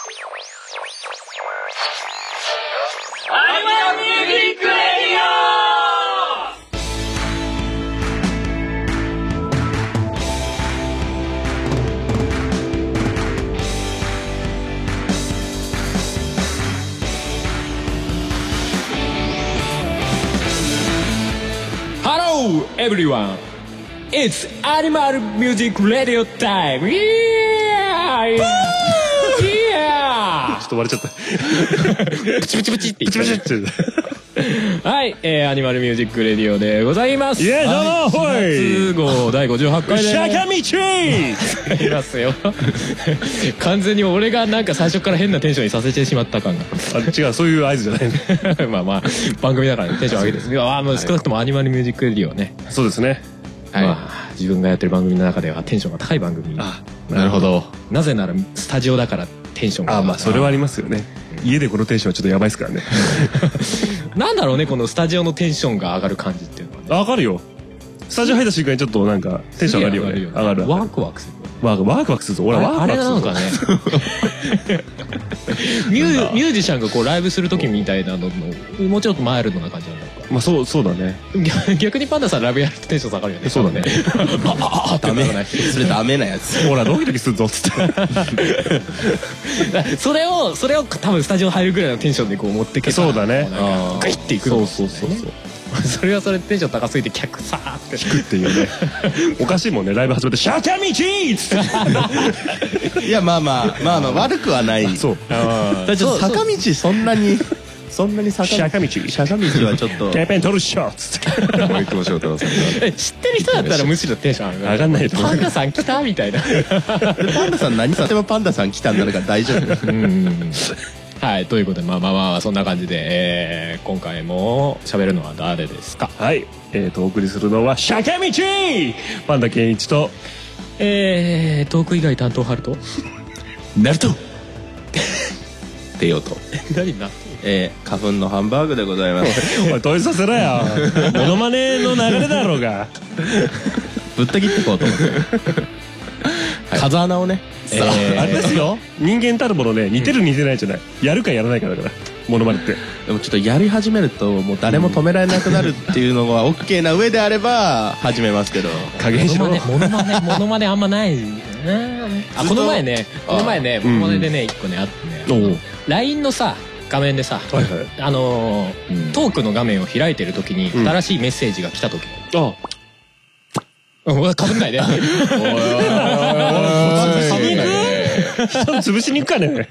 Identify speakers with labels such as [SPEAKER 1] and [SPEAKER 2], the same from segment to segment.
[SPEAKER 1] アニマルミュージックレディオ。
[SPEAKER 2] Hello everyone, it's Animal Music Radio time. Yeah! Yeah!
[SPEAKER 3] ちょっと割れちゃった
[SPEAKER 2] プチプチプチって
[SPEAKER 3] プチプチって
[SPEAKER 2] はい、アニマルミュージックレディオでございます。
[SPEAKER 3] イエーイ、どうも、ほい
[SPEAKER 2] 夏号第58回で
[SPEAKER 3] シャカミチー
[SPEAKER 2] いますよ完全に俺がなんか最初から変なテンションにさせてしまった感が
[SPEAKER 3] 違う、そういう合図じゃない
[SPEAKER 2] まあまあ番組だから、ね、テンション上げてもう少なくともアニマルミュージックレディオね、
[SPEAKER 3] そうですね、
[SPEAKER 2] はい、まあ、自分がやってる番組の中ではテンションが高い番組。
[SPEAKER 3] あ、なるほど。
[SPEAKER 2] なぜならスタジオだからテンションが。
[SPEAKER 3] あ、まあそれはありますよね。家でこのテンションはちょっとやばいですからね
[SPEAKER 2] なんだろうね、このスタジオのテンションが上がる感じっていうのはね。
[SPEAKER 3] 上がるよ。スタジオ入った瞬間にちょっとなんかテンション上がるよね。上がる。
[SPEAKER 2] ワクワクする。
[SPEAKER 3] ワクワクするぞ。俺はワクワクするぞ。
[SPEAKER 2] あれなのかねミュージシャンがこうライブする時みたいなののもうちょっとマイルドな感じなのか。
[SPEAKER 3] まあそうだね。
[SPEAKER 2] 逆にパンダさんライブやるとテンション下がるよね。
[SPEAKER 3] そうだね。
[SPEAKER 4] ダメなそれダメなやつ。
[SPEAKER 3] ほらドキドキするぞっつって
[SPEAKER 2] それを多分スタジオ入るぐらいのテンションでこう持ってけたら、
[SPEAKER 3] そうだね、
[SPEAKER 2] グイッていくの。
[SPEAKER 3] そう
[SPEAKER 2] それはそれテンション高すぎて客さーって
[SPEAKER 3] 引くっていうねおかしいもんね、ライブ始まって「シャカミチー!」っつって
[SPEAKER 4] いやまあ悪くはない。
[SPEAKER 3] そう
[SPEAKER 4] 坂道そんなに坂
[SPEAKER 3] シャカミチ
[SPEAKER 4] はちょっと
[SPEAKER 3] キャペン取るっしょっつって
[SPEAKER 4] もう一個翔太郎さん
[SPEAKER 2] 知ってる人だったらむしろテンション
[SPEAKER 3] 上がんないと思う。
[SPEAKER 2] パンダさん来たみたいな
[SPEAKER 4] パンダさん何させもパンダさん来たんだから大丈夫。
[SPEAKER 2] はい、ということでまあそんな感じで、今回も喋るのは誰ですか。
[SPEAKER 3] はい、お送りするのはシャカミチパンダケンイチと
[SPEAKER 2] トーク以外担当ハルト
[SPEAKER 4] ナルトテヨと
[SPEAKER 2] 何な
[SPEAKER 4] 花粉のハンバーグでございます
[SPEAKER 3] おい問いさせろよモノマネの流れだろうが
[SPEAKER 4] ぶった切ってこうと思って風穴をね、
[SPEAKER 3] あれですよ、人間たるものね、似てる似てないじゃない、やるかやらないかだからモノマネって。
[SPEAKER 4] でもちょっとやり始めるともう誰も止められなくなるっていうのが OK な上であれば始めますけど、
[SPEAKER 3] 加減しろ。
[SPEAKER 2] モノマネあんまないね。この前ねモノマネでね一個ねあってね、LINE のさ画面でさ、トークの画面を開いてる時に新しいメッセージが来た時、かぶんないで。
[SPEAKER 3] 人を潰しに行くかね。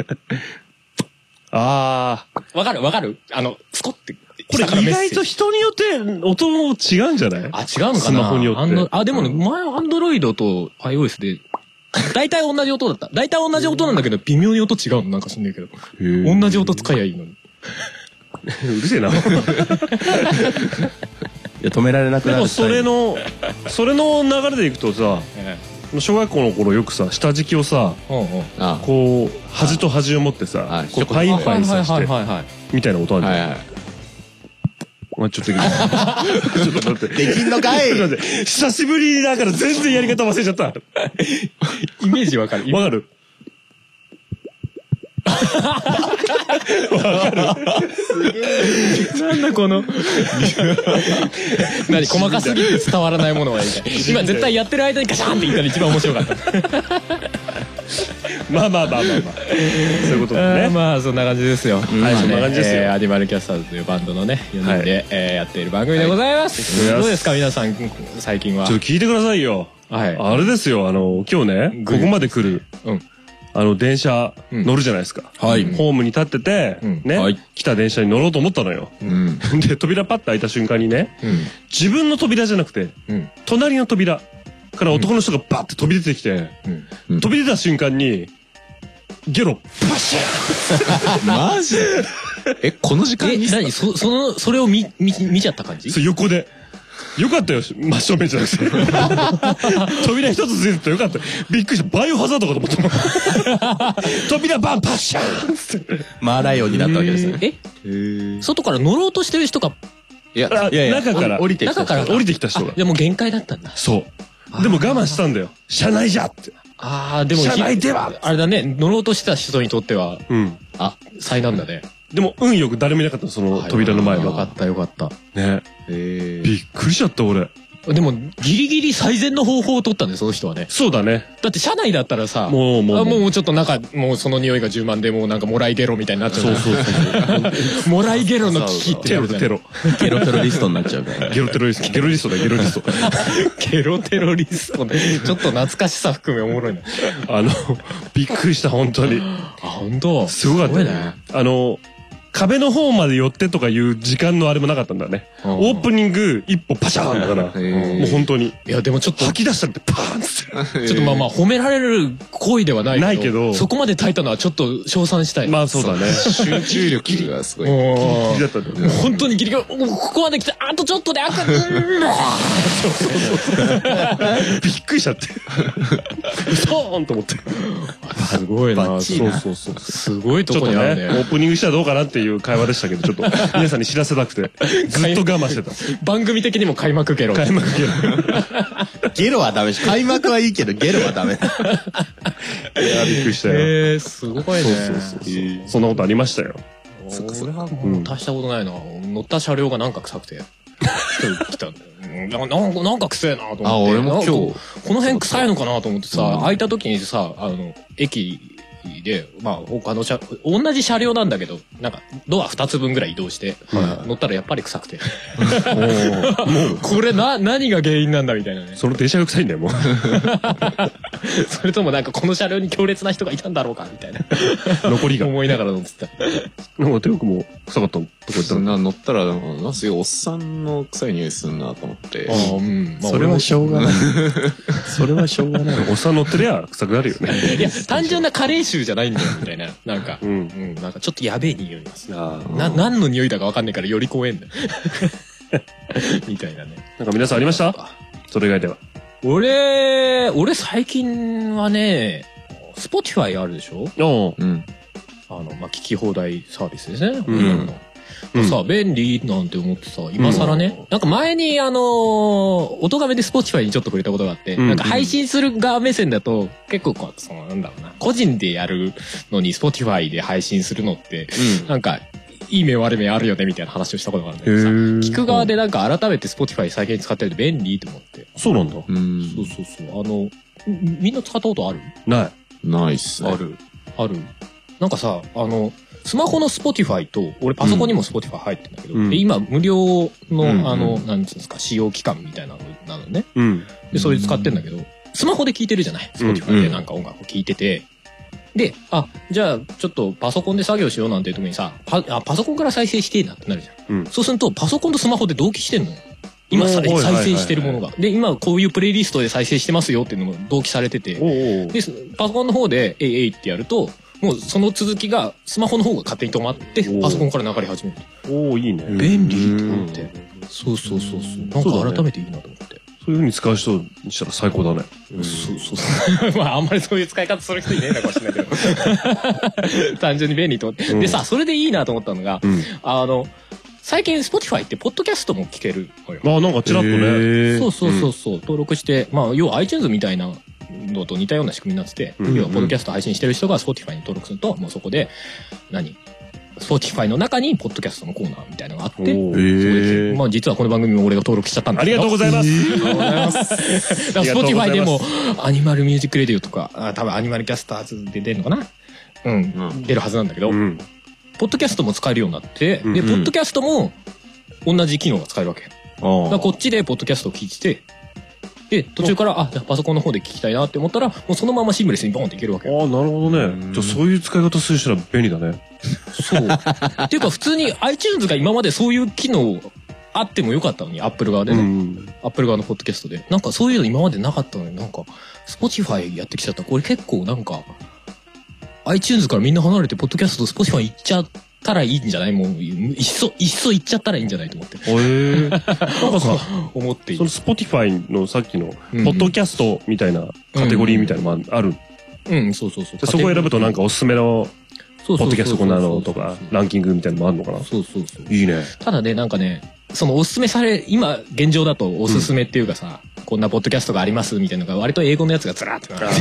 [SPEAKER 3] ああ。
[SPEAKER 2] わかるスコって。
[SPEAKER 3] これ意外と人によって音も違うんじゃない？
[SPEAKER 2] あ、違うのかな？
[SPEAKER 3] スマホによって。
[SPEAKER 2] でもね、前アンドロイドと iOS で、大体同じ音だった。大体同じ音なんだけど、微妙に音違うのなんか知んないけど。同じ音使いゃいいのに。
[SPEAKER 3] うるせえな。
[SPEAKER 4] いや止められなくなる。
[SPEAKER 3] でもそれの流れでいくとさ、小学校の頃よくさ下敷きをさこう端と端を持ってさパインパインさしてみたいな音あるじゃん。ちょっと待って
[SPEAKER 4] できんのかい。
[SPEAKER 3] 久しぶりだから全然やり方忘れちゃった。
[SPEAKER 2] イメージわかる。
[SPEAKER 3] わかる。
[SPEAKER 2] なんだこの何細かすぎて伝わらないものは今絶対やってる間にガシャンって言ったら一番面白かったまあそういうことだね。まあそんな感じですよ。はい、そんな感じですよ。アニマルキャスターズというバンドのね4人でやっている番組でございます。どうですか皆さん最近は。
[SPEAKER 3] ちょっと聞いてくださいよ。あれですよ、今日ねここまで来る電車乗るじゃないですか。ホームに立っててね、来た電車に乗ろうと思ったのよ。で扉パッと開いた瞬間にね、自分の扉じゃなくて隣の扉から男の人がバッて飛び出てきて、飛び出た瞬間にゲロパシャー
[SPEAKER 4] マジでこの時間に
[SPEAKER 2] 何それを見ちゃった感じ。
[SPEAKER 3] そう横で。よかったよ、真正面じゃなくて扉一つついててよかった。びっくりした、バイオハザードかと思った扉バンパッシャーって
[SPEAKER 4] マーライオンになったわけですね。
[SPEAKER 2] 外から乗ろうとしてる人が、
[SPEAKER 4] いや
[SPEAKER 3] 中から
[SPEAKER 4] 降りてきた人が。
[SPEAKER 2] でも限界だったんだ。
[SPEAKER 3] そうでも我慢したんだよ。車内じゃって
[SPEAKER 2] ああ、でも、
[SPEAKER 3] 車内では
[SPEAKER 2] あれだね、乗ろうとした人にとっては、災難だね。
[SPEAKER 3] でも、運よく誰もいなかった、その扉の前は。
[SPEAKER 2] よかった、よかった。
[SPEAKER 3] ね。びっくりしちゃった、俺。
[SPEAKER 2] でも、ギリギリ最善の方法を取ったんだよ、その人はね。
[SPEAKER 3] そうだね。
[SPEAKER 2] だって車内だったらさ、もうちょっと中、もうその匂いが充満で、もうなんかもらいゲロみたいになっちゃう。そう。もらいゲロの危機ってやる
[SPEAKER 4] テロリストになっちゃうから。
[SPEAKER 3] ゲロテロリスト。ゲロリストだ、ゲロリスト。
[SPEAKER 2] ゲロテロリストね。ちょっと懐かしさ含めおもろいな。
[SPEAKER 3] びっくりした、本当に。
[SPEAKER 2] 本当
[SPEAKER 3] すごかったね。壁の方まで寄ってとかいう時間のあれもなかったんだね。オープニング一歩パシャーンだから、もう本当に。
[SPEAKER 2] いやでもちょっと
[SPEAKER 3] 吐き出したってパーンって。
[SPEAKER 2] ちょっとまあ褒められる行為ではないけど、そこまで耐えたのはちょっと称賛したい。
[SPEAKER 3] まあそうだね。
[SPEAKER 4] 集中力がすごい。
[SPEAKER 2] 本当にギリギリ、ここまで来て、あとちょっとで開く。
[SPEAKER 3] びっくりしちゃって。嘘ーんと思って。
[SPEAKER 2] すごいな。そう。すごいとこにあるね。
[SPEAKER 3] オープニングしたらどうかなっていう会話でしたけど、ちょっと皆さんに知らせたくて、ずっと我慢してた。
[SPEAKER 2] 番組的にも開幕ゲロ。
[SPEAKER 3] 開幕ゲロ。
[SPEAKER 4] ゲロはダメし、開幕はいいけど、ゲロはダメ。い
[SPEAKER 3] や、びっくりしたよ。
[SPEAKER 2] すごいね。
[SPEAKER 3] そう。そんなことありましたよ。
[SPEAKER 2] 俺はもう足したことないな。乗った車両がなんか臭くて。来たんだよ。なんか臭いなと思って。あ、
[SPEAKER 4] 俺も今日。
[SPEAKER 2] この辺臭いのかなと思ってさ、開いた時にさ、駅、で、まあ、他の同じ車両なんだけど、なんか、ドア2つ分ぐらい移動して、乗ったらやっぱり臭くて。もう、これ何が原因なんだみたいなね。
[SPEAKER 3] その電車が臭いんだよ、もう。
[SPEAKER 2] それともなんかこの車両に強烈な人がいたんだろうかみたいな。
[SPEAKER 3] 残りが。
[SPEAKER 2] 思いながら乗ってた。
[SPEAKER 3] なんか手奥も臭かったとこ行った
[SPEAKER 4] ら。乗ったら、なんすごいおっさんの臭い匂いすんなと思って。
[SPEAKER 3] それはしょうがない。それはしょうがない。おっさん乗ってりゃ臭くなるよね。
[SPEAKER 2] いや、単純な加齢臭じゃないんだよ、みたいな。なんか、なんかちょっとやべえ匂います。何の匂いだかわかんないからより怖えんだよ。みたいなね。
[SPEAKER 3] なんか皆さんありました？それ以外では。
[SPEAKER 2] 俺最近はね、Spotify あるでしょ？まあ、聞き放題サービスですね。さ、便利なんて思ってさ、今更ね、なんか前に音亀で Spotify にちょっと触れたことがあって、なんか配信する側目線だと、結構なんだろうな、個人でやるのに Spotify で配信するのって、なんか、いい目悪い目あるよねみたいな話をしたことがあるんだけどさ、聞く側でなんか改めて Spotify 最近使ってると便利と思って。
[SPEAKER 3] そうなんだ。
[SPEAKER 2] そう。みんな使ったことある？
[SPEAKER 4] ないっすね。
[SPEAKER 2] ある。なんかさ、スマホの Spotify と、俺パソコンにも Spotify 入ってんだけど、で今無料の、なんつうんですか、使用期間みたいなのなのね。で、それ使ってんだけど、スマホで聞いてるじゃない ?Spotify でなんか音楽を聞いてて。で、じゃあ、ちょっとパソコンで作業しようなんていう時にさ、パソコンから再生してえなってなるじゃん。そうすると、パソコンとスマホで同期してんのよ。今再生してるものが。で、今こういうプレイリストで再生してますよっていうのも同期されてて。で、パソコンの方で、えいってやると、もうその続きがスマホの方が勝手に止まってパソコンから流れ始める。いいね。便利と思って。そう。なんか改めていいなと思って。
[SPEAKER 3] そういう風に使う人にしたら最高だね。
[SPEAKER 2] そう。まああんまりそういう使い方する人いねえのかもしれないけど。単純に便利と思って。でさ、それでいいなと思ったのが、最近 Spotify ってポッドキャストも聞けるのよ。
[SPEAKER 3] なんかチラッとね。
[SPEAKER 2] そう。登録して、まあ要は iTunes みたいなのと似たような仕組みになってて、要はポッドキャスト配信してる人が Spotify に登録すると、もうそこで、Spotify の中にポッドキャストのコーナーみたいなのがあって、まあ実はこの番組も俺が登録しちゃったんだけど。
[SPEAKER 3] ありがとうございます。
[SPEAKER 2] ありがとうございます。Spotify でもアニマルミュージックレディオとか、多分アニマルキャスターズで出るのかな？出るはずなんだけど、ポッドキャストも使えるようになって、で、ポッドキャストも同じ機能が使えるわけ。だからこっちでポッドキャストを聞いてて、で、途中から、じゃあパソコンの方で聞きたいなって思ったら、もうそのままシングレスにボンっていけるわけ。
[SPEAKER 3] なるほどね。じゃあそういう使い方する人は便利だね。
[SPEAKER 2] そう。っていうか普通に iTunes が今までそういう機能あってもよかったのに、Apple 側でね。Apple 側のポッドキャストで。なんかそういうの今までなかったのに、なんか、Spotify やってきちゃった。これ結構なんか、iTunes からみんな離れて、ポッドキャストと Spotify 行っちゃったらいいんじゃない？もう、いっそ行っちゃったらいいんじゃないと思って。
[SPEAKER 3] なんかさ、
[SPEAKER 2] 思ってい
[SPEAKER 3] る。その Spotify のさっきの、ポッドキャストみたいなカテゴリーみたいなのもある。
[SPEAKER 2] そう。
[SPEAKER 3] そこを選ぶとなんかおすすめの、ポッドキャストこんなのとか、ランキングみたいなのもあるのかな？
[SPEAKER 2] そう。
[SPEAKER 3] いいね。
[SPEAKER 2] ただね、なんかね、 そのおすすめされ、今現状だとおすすめっていうかさ、こんなポッドキャストがありますみたいなのが割と英語のやつがずらーってなる。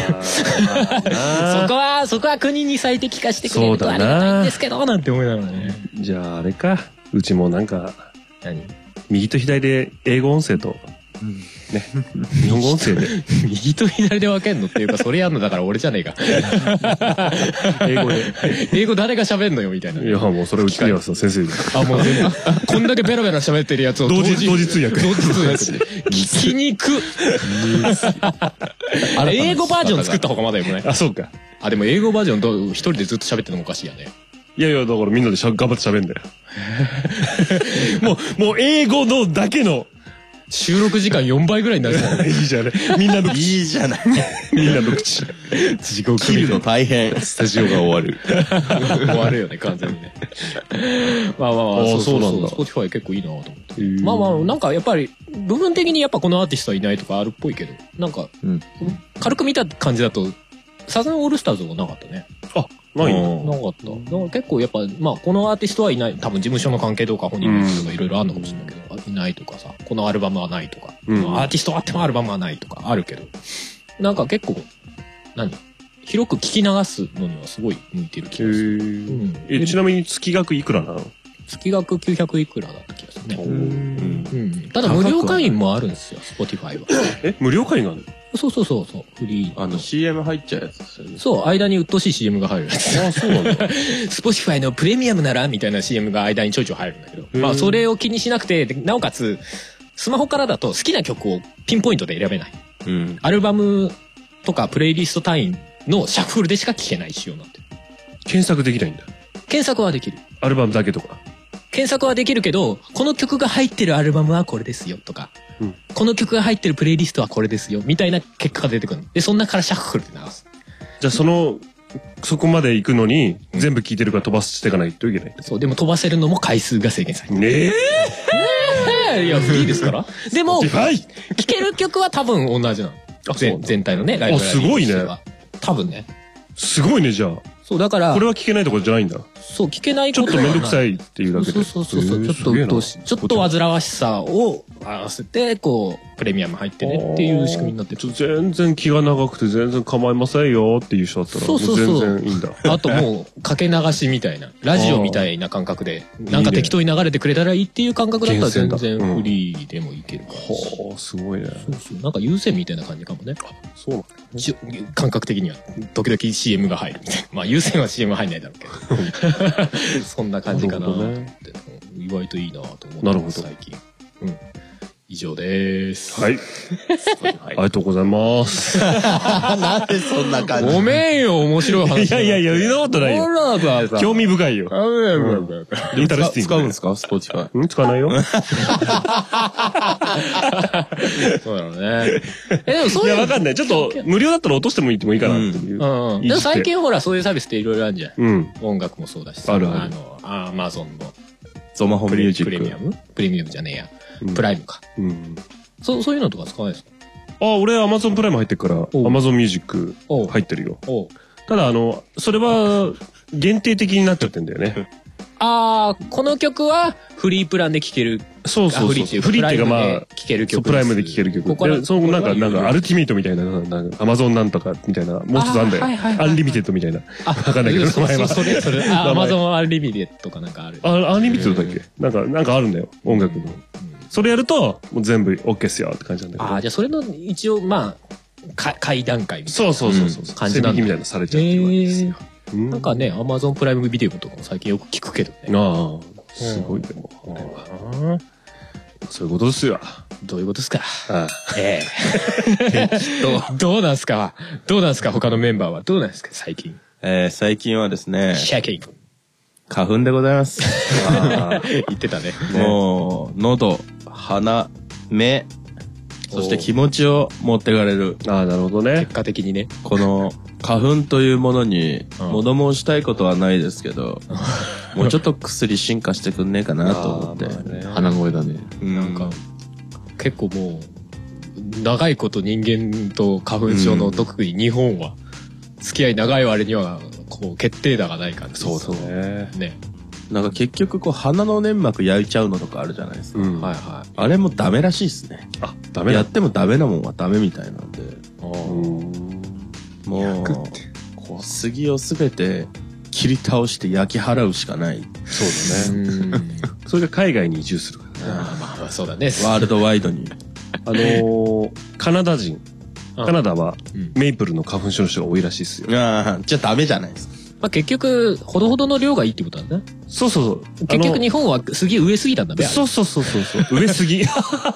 [SPEAKER 2] そこは国に最適化してくれるとありがたいんですけど、なんて思いながらね。
[SPEAKER 3] じゃああれか、うちもなんか、右と左で英語音声と、ね、日本語音声で
[SPEAKER 2] 右と左で分けんのっていうか、それやんのだから俺じゃねえか。英語誰が喋んのよみたいな。
[SPEAKER 3] いやもうそれうちにはさ先生で。
[SPEAKER 2] あ、もう全部こんだけベラベラ喋ってるやつを
[SPEAKER 3] 同時通訳で
[SPEAKER 2] 聞きにく。英語バージョン作った方がまだよくない？
[SPEAKER 3] あ、そうか。
[SPEAKER 2] あ、でも英語バージョン一人でずっと喋ってるのもおかしいやね。
[SPEAKER 3] いやいや、だからみんなで頑張って喋んだよ。もう英語のだけの
[SPEAKER 2] 収録時間4倍ぐらいになる。
[SPEAKER 3] いいじゃない。みんなの口。
[SPEAKER 4] いいじゃない。
[SPEAKER 3] みんなの口。
[SPEAKER 2] 地獄
[SPEAKER 4] 切るの大変。スタジオが終わる。
[SPEAKER 2] 終わるよね、完全にね。まあ、そうなんだ。Spotify 結構いいなと思って。まあ、なんかやっぱり、部分的にやっぱこのアーティストはいないとかあるっぽいけど、なんか、軽く見た感じだと、サザンオールスターズはなかったね。
[SPEAKER 3] あ、ない
[SPEAKER 2] なかった。だから結構やっぱ、まあこのアーティストはいない。多分事務所の関係とか本人のとかいろいろあるのかもしれないけど、いないとかさ、このアルバムはないとか、アーティストあってもアルバムはないとかあるけど、なんか結構、広く聞き流すのにはすごい向いてる気がする。
[SPEAKER 3] ちなみに月額いくらなの？
[SPEAKER 2] 月額900いくらだった気がするね。ただ無料会員もあるんですよ、Spotify は。
[SPEAKER 3] 無料会員があるの？
[SPEAKER 2] そう。フリー。
[SPEAKER 4] CM 入っちゃうやつですよね。
[SPEAKER 2] そう、間に鬱陶しい CM が入るやつ。
[SPEAKER 3] あ、そうなんだ。
[SPEAKER 2] Spotify のプレミアムならみたいな CM が間にちょいちょい入るんだけど。まあ、それを気にしなくて、なおかつ、スマホからだと好きな曲をピンポイントで選べない。アルバムとかプレイリスト単位のシャッフルでしか聴けない仕様になってる。
[SPEAKER 3] 検索できないんだ。
[SPEAKER 2] 検索はできる。
[SPEAKER 3] アルバムだけとか。
[SPEAKER 2] 検索はできるけど、この曲が入ってるアルバムはこれですよとか、この曲が入ってるプレイリストはこれですよみたいな結果が出てくる。で、そんなからシャッフルで流す。
[SPEAKER 3] じゃあそこまで行くのに、全部聴いてるから飛ばしていかないといけない。
[SPEAKER 2] そう、でも飛ばせるのも回数が制限されてる。
[SPEAKER 3] ね
[SPEAKER 2] え。いや、フリーですから。でも、聴ける曲は多分同じなの。全体のね、
[SPEAKER 3] ライブラリー。すごいね。
[SPEAKER 2] 多分ね。
[SPEAKER 3] すごいね、じゃあ。
[SPEAKER 2] そう、だから。
[SPEAKER 3] これは聞けないところじゃないんだ。
[SPEAKER 2] そう、聞けないこと
[SPEAKER 3] ちょっとめんどくさいっていうだけで。
[SPEAKER 2] そう。ちょっと煩わしさを合わせて、こう、プレミアム入ってねっていう仕組みになってる。
[SPEAKER 3] 全然気が長くて全然構いませんよっていう人だったら、全然いいんだ。
[SPEAKER 2] あともう、かけ流しみたいな、ラジオみたいな感覚で、なんか適当に流れてくれたらいいっていう感覚だったら全然フリーでもいけるから。
[SPEAKER 3] はあ、すごいね。
[SPEAKER 2] そう。なんか優先みたいな感じかもね。
[SPEAKER 3] そうなの？
[SPEAKER 2] 感覚的には、時々 CM が入るみたいな。まあ優先は CM 入んないだろうけど。そんな感じかなって。意外といいなと思って。
[SPEAKER 3] なるほど。
[SPEAKER 2] 最近。以上です。
[SPEAKER 3] はい。ありがとうございます。
[SPEAKER 4] なんでそんな感じ？
[SPEAKER 2] ごめんよ、面白い話。
[SPEAKER 3] いや、そんなことないよ。興味深いよ。インタレスティング。
[SPEAKER 4] 使うんですか？Spotify。
[SPEAKER 3] 使わないよ。
[SPEAKER 2] そうだろうね。でもそういう。
[SPEAKER 3] いや、わかんない。ちょっと、無料だったら落としてもいいかなっていう。
[SPEAKER 2] でも最近ほら、そういうサービスっていろいろあるじゃん。音楽もそうだし。
[SPEAKER 3] ある。
[SPEAKER 2] Amazon の。
[SPEAKER 4] ゾマホミュージック。
[SPEAKER 2] プレミアムじゃねえや。プライムか。そういうのとか使わないですか？
[SPEAKER 3] 俺 Amazon プライム入ってるから、Amazon ミュージック入ってるよ。ただそれは限定的になっちゃってんだよね。
[SPEAKER 2] この曲はフリープランで聴ける。
[SPEAKER 3] そう。フリーっていうかまあ、
[SPEAKER 2] 聴ける曲。
[SPEAKER 3] プライムで聴ける曲。なんかアルティメイトみたいな、Amazon なんとかみたいな、もう一つあんだよ。アンリミテッドみたいな。わかんないけど、名前は。
[SPEAKER 2] それ、Amazon アンリミテッドかなんかある。
[SPEAKER 3] アンリミテッドだっけ？なんかあるんだよ、音楽の。それやると、もう全部 OK っすよって感じなんだけど。
[SPEAKER 2] じゃあそれの一応、まあ、階段階みたいな。
[SPEAKER 3] そう。感じなんだ。みたいなのされちゃうっていうわけですよ。
[SPEAKER 2] なんかね、Amazon プライムビデオとかも最近よく聞くけどね。
[SPEAKER 3] すごいでも。そういうことですよ。
[SPEAKER 2] どういうことですか？どうなんすか他のメンバーは。どうなんですか最近。
[SPEAKER 4] 最近はですね。
[SPEAKER 2] シャキン。
[SPEAKER 4] 花粉でございます。
[SPEAKER 2] 言ってたね。
[SPEAKER 4] もう、喉、鼻、目、そして気持ちを持ってかれる。
[SPEAKER 3] なるほどね。
[SPEAKER 2] 結果的にね。
[SPEAKER 4] この、花粉というものに、物申したいことはないですけど、もうちょっと薬進化してくんねえかなと思って。
[SPEAKER 5] 鼻声だね。
[SPEAKER 2] なんか、結構もう、長いこと人間と花粉症の特に日本は、付き合い長い割には、こう、決定打がない感じ。
[SPEAKER 3] そうね。
[SPEAKER 4] なんか結局こう鼻の粘膜焼いちゃうのとかあるじゃないですか。はいはい。あれもダメらしいですね。あ、ダメ。やってもダメなもんはダメみたいなんで。もう杉をすべて切り倒して焼き払うしかない。
[SPEAKER 3] そうだね。それが海外に移住するからね。
[SPEAKER 2] まあそうだね。
[SPEAKER 4] ワールドワイドに。
[SPEAKER 3] カナダ人。カナダはメイプルの花粉症の人が多いらしいですよ。
[SPEAKER 4] じゃあダメじゃないですか。
[SPEAKER 2] まあ結局ほどほどの量がいいってことなんだね。
[SPEAKER 3] そうそうそう。
[SPEAKER 2] 結局日本は杉植えすぎたんだね。
[SPEAKER 3] そうそうそうそう。植えすぎ。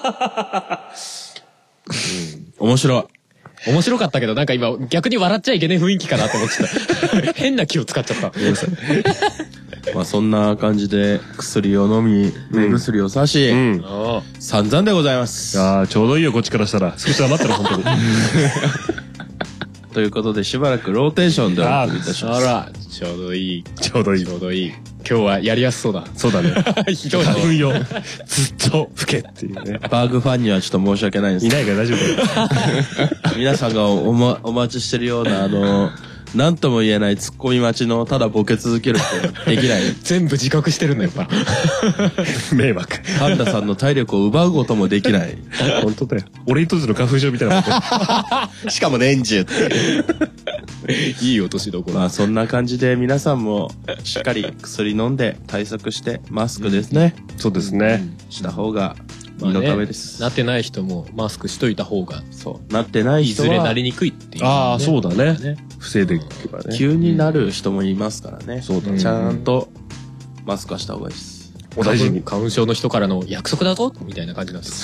[SPEAKER 4] 面白い。
[SPEAKER 2] 面白かったけどなんか今逆に笑っちゃいけない雰囲気かなと思ってた。変な気を使っちゃった。
[SPEAKER 4] まあそんな感じで薬を飲み、目薬をさし、散々でございます。
[SPEAKER 3] いやちょうどいいよこっちからしたら。少し余ったら本当に。
[SPEAKER 4] ということでしばらくローテーションでお送りいたします。
[SPEAKER 2] あら、ちょうどいい。
[SPEAKER 3] ちょうどいい。
[SPEAKER 2] ちょうどいい。今日はやりやすそうだ。
[SPEAKER 3] そうだね。
[SPEAKER 2] ひどいね。
[SPEAKER 3] 花粉よ。ずっと吹けっていうね。
[SPEAKER 4] バーグファンにはちょっと申し訳ないです。
[SPEAKER 3] いないから大丈
[SPEAKER 4] 夫。皆さんがお待ちしてるようななんとも言えないツッコミ待ちのただボケ続けるってできない。
[SPEAKER 2] 全部自覚してるんだやっぱ。
[SPEAKER 3] 迷惑。
[SPEAKER 4] パンダさんの体力を奪うこともできない。
[SPEAKER 3] 本当だよ。俺にとっての花粉症みたいな。
[SPEAKER 4] しかも年中って。
[SPEAKER 2] いい落としどころ。
[SPEAKER 4] まあそんな感じで皆さんもしっかり薬飲んで対策してマスクですね。
[SPEAKER 3] そうですね。
[SPEAKER 4] した方が身のためです。
[SPEAKER 2] なってない人もマスクしといた方が。
[SPEAKER 4] そう。なってない人
[SPEAKER 2] はいずれなりにくいっていう。
[SPEAKER 3] ああ、そうだね。防いでいけばね。
[SPEAKER 4] 急になる人もいますからね。
[SPEAKER 3] そうだね。
[SPEAKER 4] ちゃんとマスクはした方がいいです。
[SPEAKER 3] お大事に。
[SPEAKER 2] 花粉症の人からの約束だぞみたいな感じなんです。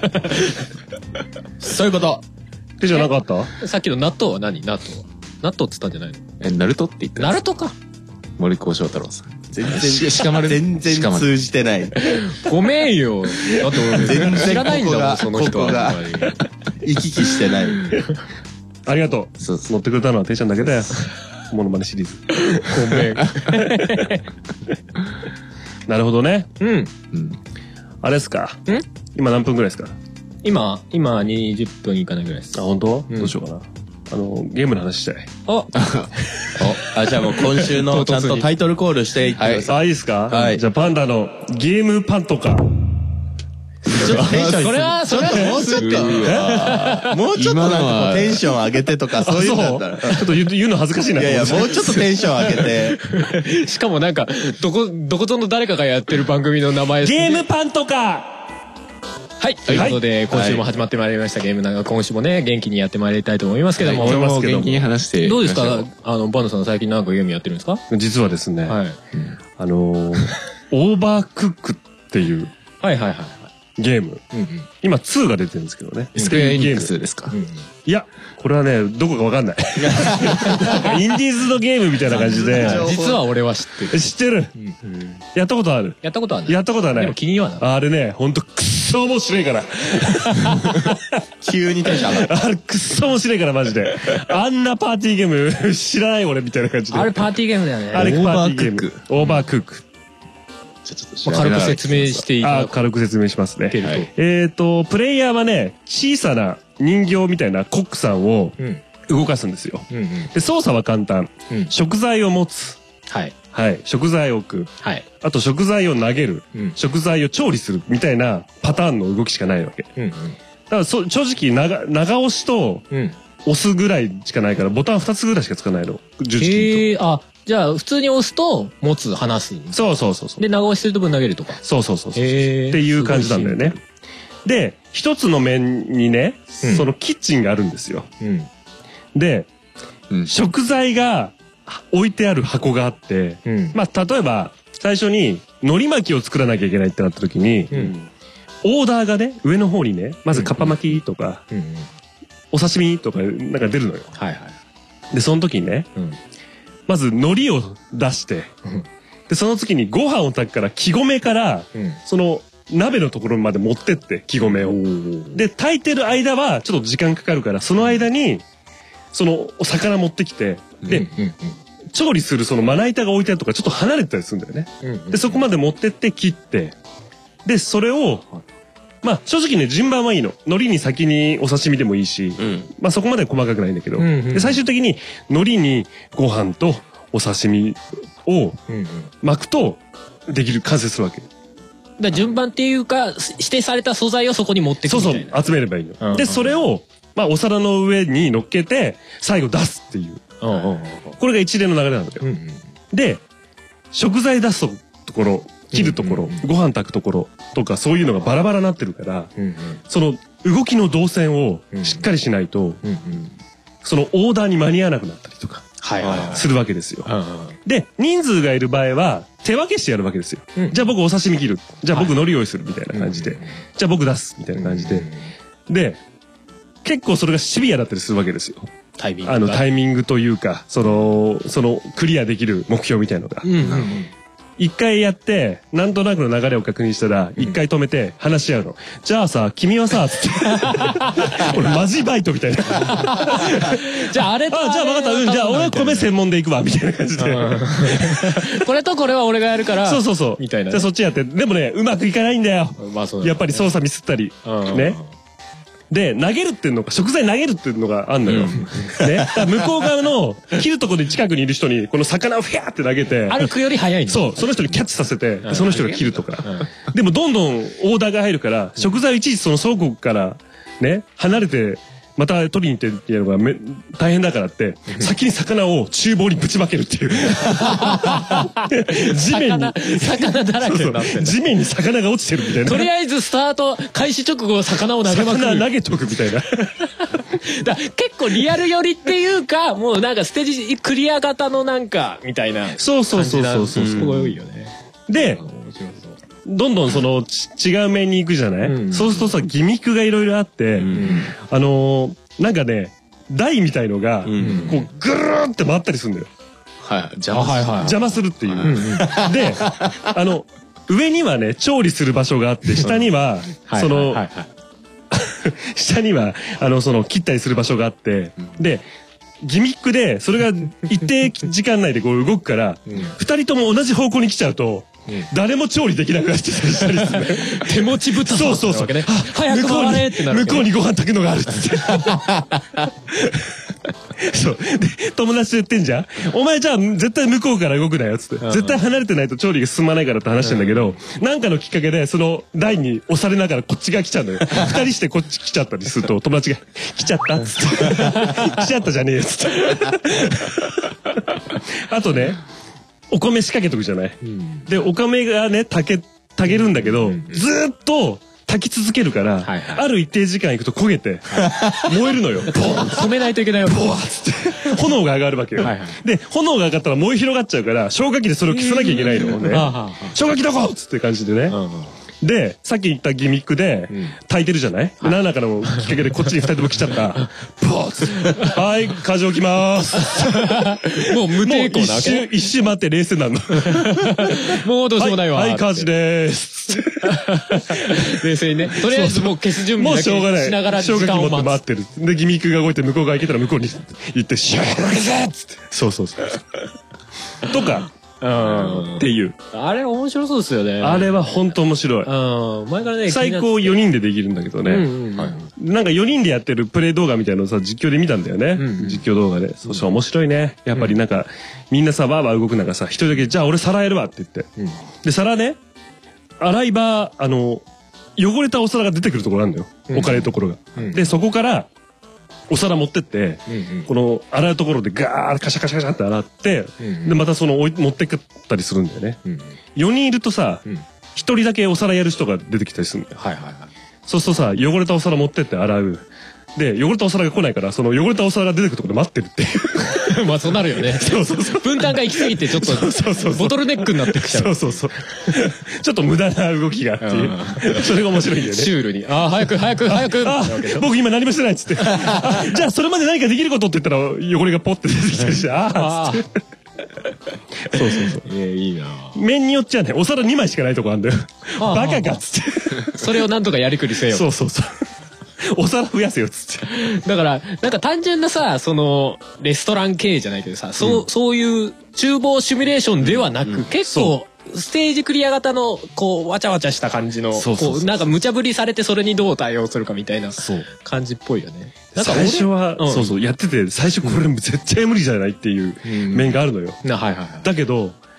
[SPEAKER 4] そう。そういうこと。
[SPEAKER 3] 手じゃなかった？
[SPEAKER 2] さっきの納豆は何？納豆っつったんじゃないの？
[SPEAKER 5] ナルトって言った。
[SPEAKER 2] ナルトか。
[SPEAKER 5] 森幸翔太郎さん。
[SPEAKER 4] 全然通じてない。
[SPEAKER 2] ごめんよ。だって全然知らないんだもん、その人は。
[SPEAKER 4] 行き来してない。
[SPEAKER 3] ありがとう。乗ってくれたのはていちゃんだけだよ。モノマネシリーズ。
[SPEAKER 2] ごめん。
[SPEAKER 3] なるほどね。
[SPEAKER 2] うん。
[SPEAKER 3] あれですか。今何分ぐらいですか？
[SPEAKER 2] 今20分いかないぐらいです。
[SPEAKER 3] あ、本当？どうしようかな。ゲームの話したい。
[SPEAKER 4] じゃあもう今週のちゃんとタイトルコールしていってください。
[SPEAKER 3] あ、いいですか？
[SPEAKER 4] はい。
[SPEAKER 3] じゃあパンダのゲームパンとか。
[SPEAKER 2] それは
[SPEAKER 4] もうちょっと、もうちょっとなんかテンション上げてとかそういうのだったら。
[SPEAKER 3] ちょっと言うの恥ずかしいな。
[SPEAKER 4] いやもうちょっとテンション上げて。
[SPEAKER 2] しかもなんか、どこぞの誰かがやってる番組の名前
[SPEAKER 3] ゲームパンとか
[SPEAKER 2] はい。ということで、今週も始まってまいりましたゲームなんか今週もね、元気にやってまいりたいと思いますけども。
[SPEAKER 5] 今日も元気に話して。
[SPEAKER 2] どうですかバンドさん最近なんかゲームやってるんですか？
[SPEAKER 3] 実はですね、オーバークックっていう。ゲーム。今2が出てるんですけどね。
[SPEAKER 5] スクエアエニックスですか？
[SPEAKER 3] いや、これはね、どこかわかんない。インディーズのゲームみたいな感じで。
[SPEAKER 2] 実は俺は知ってる。
[SPEAKER 3] 知ってる。やったことある。
[SPEAKER 2] やったことはない。
[SPEAKER 3] やったことはない。
[SPEAKER 2] でも気にはなる。
[SPEAKER 3] あれね、ほんとくっそ面白いから。
[SPEAKER 4] 急にテンション上がる。
[SPEAKER 3] あれくっそ面白いからマジで。あんなパーティーゲーム知らない俺みたいな感じで。
[SPEAKER 2] あれパーティーゲームだよね。
[SPEAKER 3] あれパーティーゲーム。オーバークック。
[SPEAKER 2] 軽く説明していいか。
[SPEAKER 3] 軽く説明しますね。プレイヤーはね、小さな人形みたいなコックさんを動かすんですよ。で、操作は簡単。食材を持つ。食材を置く。あと食材を投げる。食材を調理するみたいなパターンの動きしかないわけ。だから正直長押しと押すぐらいしかないからボタン2つぐらいしかつかないの。
[SPEAKER 2] 十字キーと。じゃあ普通に押すと持つ離す。
[SPEAKER 3] そう。
[SPEAKER 2] で長押しすると分投げるとか。
[SPEAKER 3] そう。っていう感じなんだよね。で一つの面にね、そのキッチンがあるんですよ。で食材が置いてある箱があって、まあ例えば最初に海苔巻きを作らなきゃいけないってなった時に、オーダーがね上の方にねまずかっぱ巻きとかお刺身とかなんか出るのよ。でその時にね。まず海苔を出して、でその次にご飯を炊くから木米から、その鍋のところまで持ってって木米を。で炊いてる間はちょっと時間かかるからその間にそのお魚持ってきて、で調理するそのまな板が置いてあるとかちょっと離れてたりするんだよね。でそこまで持ってって切って、でそれをまあ正直ね順番はいいの。海苔に先にお刺身でもいいし、まあそこまで細かくないんだけど、で最終的に海苔にご飯とお刺身を巻くとできる、完成するわけ。
[SPEAKER 2] だ順番っていうか指定された素材をそこに持ってくるみたいな。
[SPEAKER 3] そう集めればいいの。でそれをまあお皿の上に乗っけて最後出すっていう、これが一連の流れなんだよ。で食材出すところ、切るところ、ご飯炊くところとかそういうのがバラバラになってるから、その動きの動線をしっかりしないとそのオーダーに間に合わなくなったりとかするわけですよ。で人数がいる場合は手分けしてやるわけですよ。じゃあ僕お刺身切る、じゃあ僕海苔用意するみたいな感じで、じゃあ僕出すみたいな感じで、で結構それがシビアだったりするわけですよ。タイミングというかそのクリアできる目標みたいのが。一回やってなんとなくの流れを確認したら一回止めて話し合うの。じゃあさ君はさつって俺マジバイトみたいな。
[SPEAKER 2] じゃああれと
[SPEAKER 3] じゃあ分かった、じゃあ俺は米専門で行くわみたいな感じで、
[SPEAKER 2] これとこれは俺がやるから
[SPEAKER 3] そうみたいな。じゃあそっちやって。でもねうまくいかないんだよ。やっぱり操作ミスったりね。で投げるっていうのが食材投げるっていうのがあんのよ。ね、向こう側の切るところで近くにいる人にこの魚をフィャーって投げて
[SPEAKER 2] 歩くより早いの。
[SPEAKER 3] そうその人にキャッチさせてその人が切るとか。でもどんどんオーダーが入るから食材をいちいちその倉庫からね離れてまた取りに行ってっていうのが大変だからって先に魚を厨房にぶちまけるっていう。地面に
[SPEAKER 2] 魚だらけになってる。
[SPEAKER 3] 地面に魚が落ちてるみたいな。
[SPEAKER 2] とりあえずスタート開始直後魚を投げまくる。
[SPEAKER 3] 魚投げとくみたいな。
[SPEAKER 2] だ結構リアル寄りっていうかもうなんかステージクリア型のなんかみたいな感じなん
[SPEAKER 3] そう
[SPEAKER 2] すごいよね。
[SPEAKER 3] でどんどんその違う面に行くじゃない。そうするとさギミックがいろいろあってなんかね台みたいのがこうぐるーって回ったりするんだよ。邪魔するっていう。で上にはね調理する場所があって下にはその下にはその切ったりする場所があって、でギミックでそれが一定時間内でこう動くから2人とも同じ方向に来ちゃうと誰も調理できなくなってたりしたりする。
[SPEAKER 2] 手持ちぶた
[SPEAKER 3] そう
[SPEAKER 2] 早く回れってなる。
[SPEAKER 3] 向こうにご飯炊くのがあるっつって。そうで友達と言ってんじゃん。お前じゃあ絶対向こうから動くなよっつって、絶対離れてないと調理が進まないからって話してんだけど、なんかのきっかけでその台に押されながらこっちが来ちゃうのよ。2人してこっち来ちゃったりすると友達が「来ちゃった」っつって「来ちゃったじゃねえよ」っつって。あとねお米仕掛けとくじゃない。でお米がね炊けるんだけどずーっと炊き続けるからある一定時間いくと焦げて燃えるのよ。
[SPEAKER 2] 止めないといけないよ。
[SPEAKER 3] ボワッつって炎が上がるわけよ。で炎が上がったら燃え広がっちゃうから消火器でそれを消さなきゃいけないのね。消火器どこっつって感じでね。でさっき言ったギミックで炊いてるじゃない。何らかのきっかけでこっちに2人とも来ちゃった。ボーッはい火事起きまーす。
[SPEAKER 2] もう無抵抗なわけ。
[SPEAKER 3] 一周待って冷静なの。
[SPEAKER 2] もうどうしようもないわ。
[SPEAKER 3] はい火事でーす。
[SPEAKER 2] 冷静にね。とりあえずもう消す準備だけしながら時間を
[SPEAKER 3] 待ってる。でギミックが動いて向こう側行けたら向こうに行ってシューッつって。そうとか。っていう
[SPEAKER 2] あれ面白そうですよね。
[SPEAKER 3] あれは本当面白い。
[SPEAKER 2] 前からね
[SPEAKER 3] 最高4人でできるんだけどね。なんか4人でやってるプレイ動画みたいなのをさ実況で見たんだよね。実況動画で。そしたら面白いね。やっぱりなんかみんなさバーバー動く中さ一人だけじゃあ俺皿やるわって言って、で皿ね洗い場汚れたお皿が出てくるところなんだよ、置かれるところが。でそこからお皿持ってってこの洗うところでガーッカシャカシャカシャって洗ってでまたその持ってくったりするんだよね。4人いるとさ1人だけお皿やる人が出てきたりするんだよ。そうするとさ汚れたお皿持ってって洗う。で汚れたお皿が来ないからその汚れたお皿が出てくるところで待ってるっていう。
[SPEAKER 2] まあそうなるよね。分担が行き過ぎてちょっとボトルネックになってきちゃう。
[SPEAKER 3] ちょっと無駄な動きがっていう。それが面白いんだよね。
[SPEAKER 2] シュールに早く
[SPEAKER 3] 僕今何もしてないっつってじゃあそれまで何かできることって言ったら汚れがポッて出てきたりしてっつって。そう
[SPEAKER 2] いいな。
[SPEAKER 3] 面によっちゃねお皿2枚しかないとこあるんだよ。バカかっつって
[SPEAKER 2] それをなんとかやりくりせよ。
[SPEAKER 3] そうお皿増やせよっつって。
[SPEAKER 2] だからなんか単純なさそのレストラン経営じゃないけどさそういう厨房シミュレーションではなく結構ステージクリア型のこうわちゃわちゃした感じのなんか無茶ぶりされてそれにどう対応するかみたいな感じっぽいよね。
[SPEAKER 3] なんか最初はやってて最初これ絶対無理じゃないっていう面があるのよ。だけど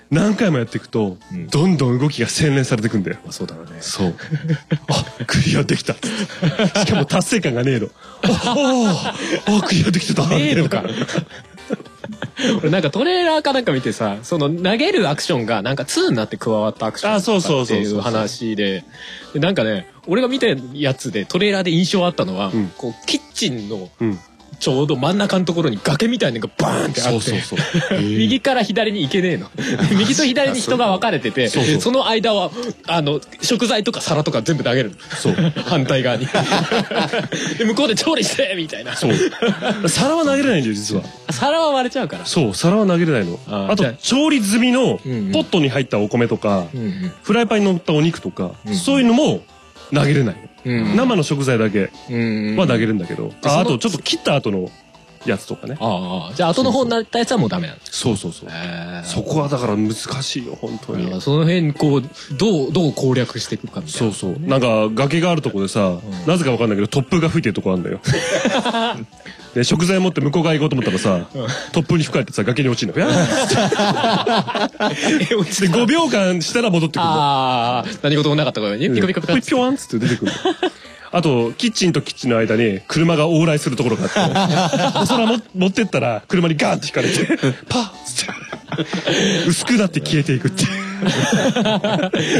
[SPEAKER 3] 何回もやっていくと、どんどん動きが洗練されていくんだよ。
[SPEAKER 2] そうだろうね。
[SPEAKER 3] そう。あ、クリアできた。しかも達成感がねえの。クリアできてた。
[SPEAKER 2] ねえのか。俺なんかトレーラーかなんか見てさ、その投げるアクションがなんか2になって加わったアクションっていう話で、なんかね、俺が見たやつでトレーラーで印象あったのは、こうキッチンのちょうど真ん中のところに崖みたいなのがバーンってあって、右から左に行けねえの。右と左に人が分かれてて、その間は食材とか皿とか全部投げるの。反対側に。で向こうで調理してみたいな。
[SPEAKER 3] 皿は投げれないんだよ実は。
[SPEAKER 2] 皿は割れちゃうから。
[SPEAKER 3] そう、皿は投げれないの。あと調理済みのポットに入ったお米とか、フライパンに乗ったお肉とか、そういうのも投げれない。生の食材だけは投げるんだけど、あとちょっと切った後のやつとかね。
[SPEAKER 2] じゃあ後の方になったやつはもうダメなんです。
[SPEAKER 3] そう。そこはだから難しいよ本当に。
[SPEAKER 2] その辺こうどう攻略していくかみたいな。
[SPEAKER 3] そう。なんか崖があるとこでさ、なぜかわかんないけど突風が吹いてるとこあるんだよ。で食材持って向こう側行こうと思ったらさ、突風に吹かれてさ崖に落ちるの。で5秒間したら戻ってくるの。
[SPEAKER 2] 何事もなかったからね。ピカピカピカ
[SPEAKER 3] ピョワンっつって出てくる。あとキッチンとキッチンの間に車が往来するところがあって、それ持ってったら車にガーンって引かれてパッつって薄くなって消えていくっていう。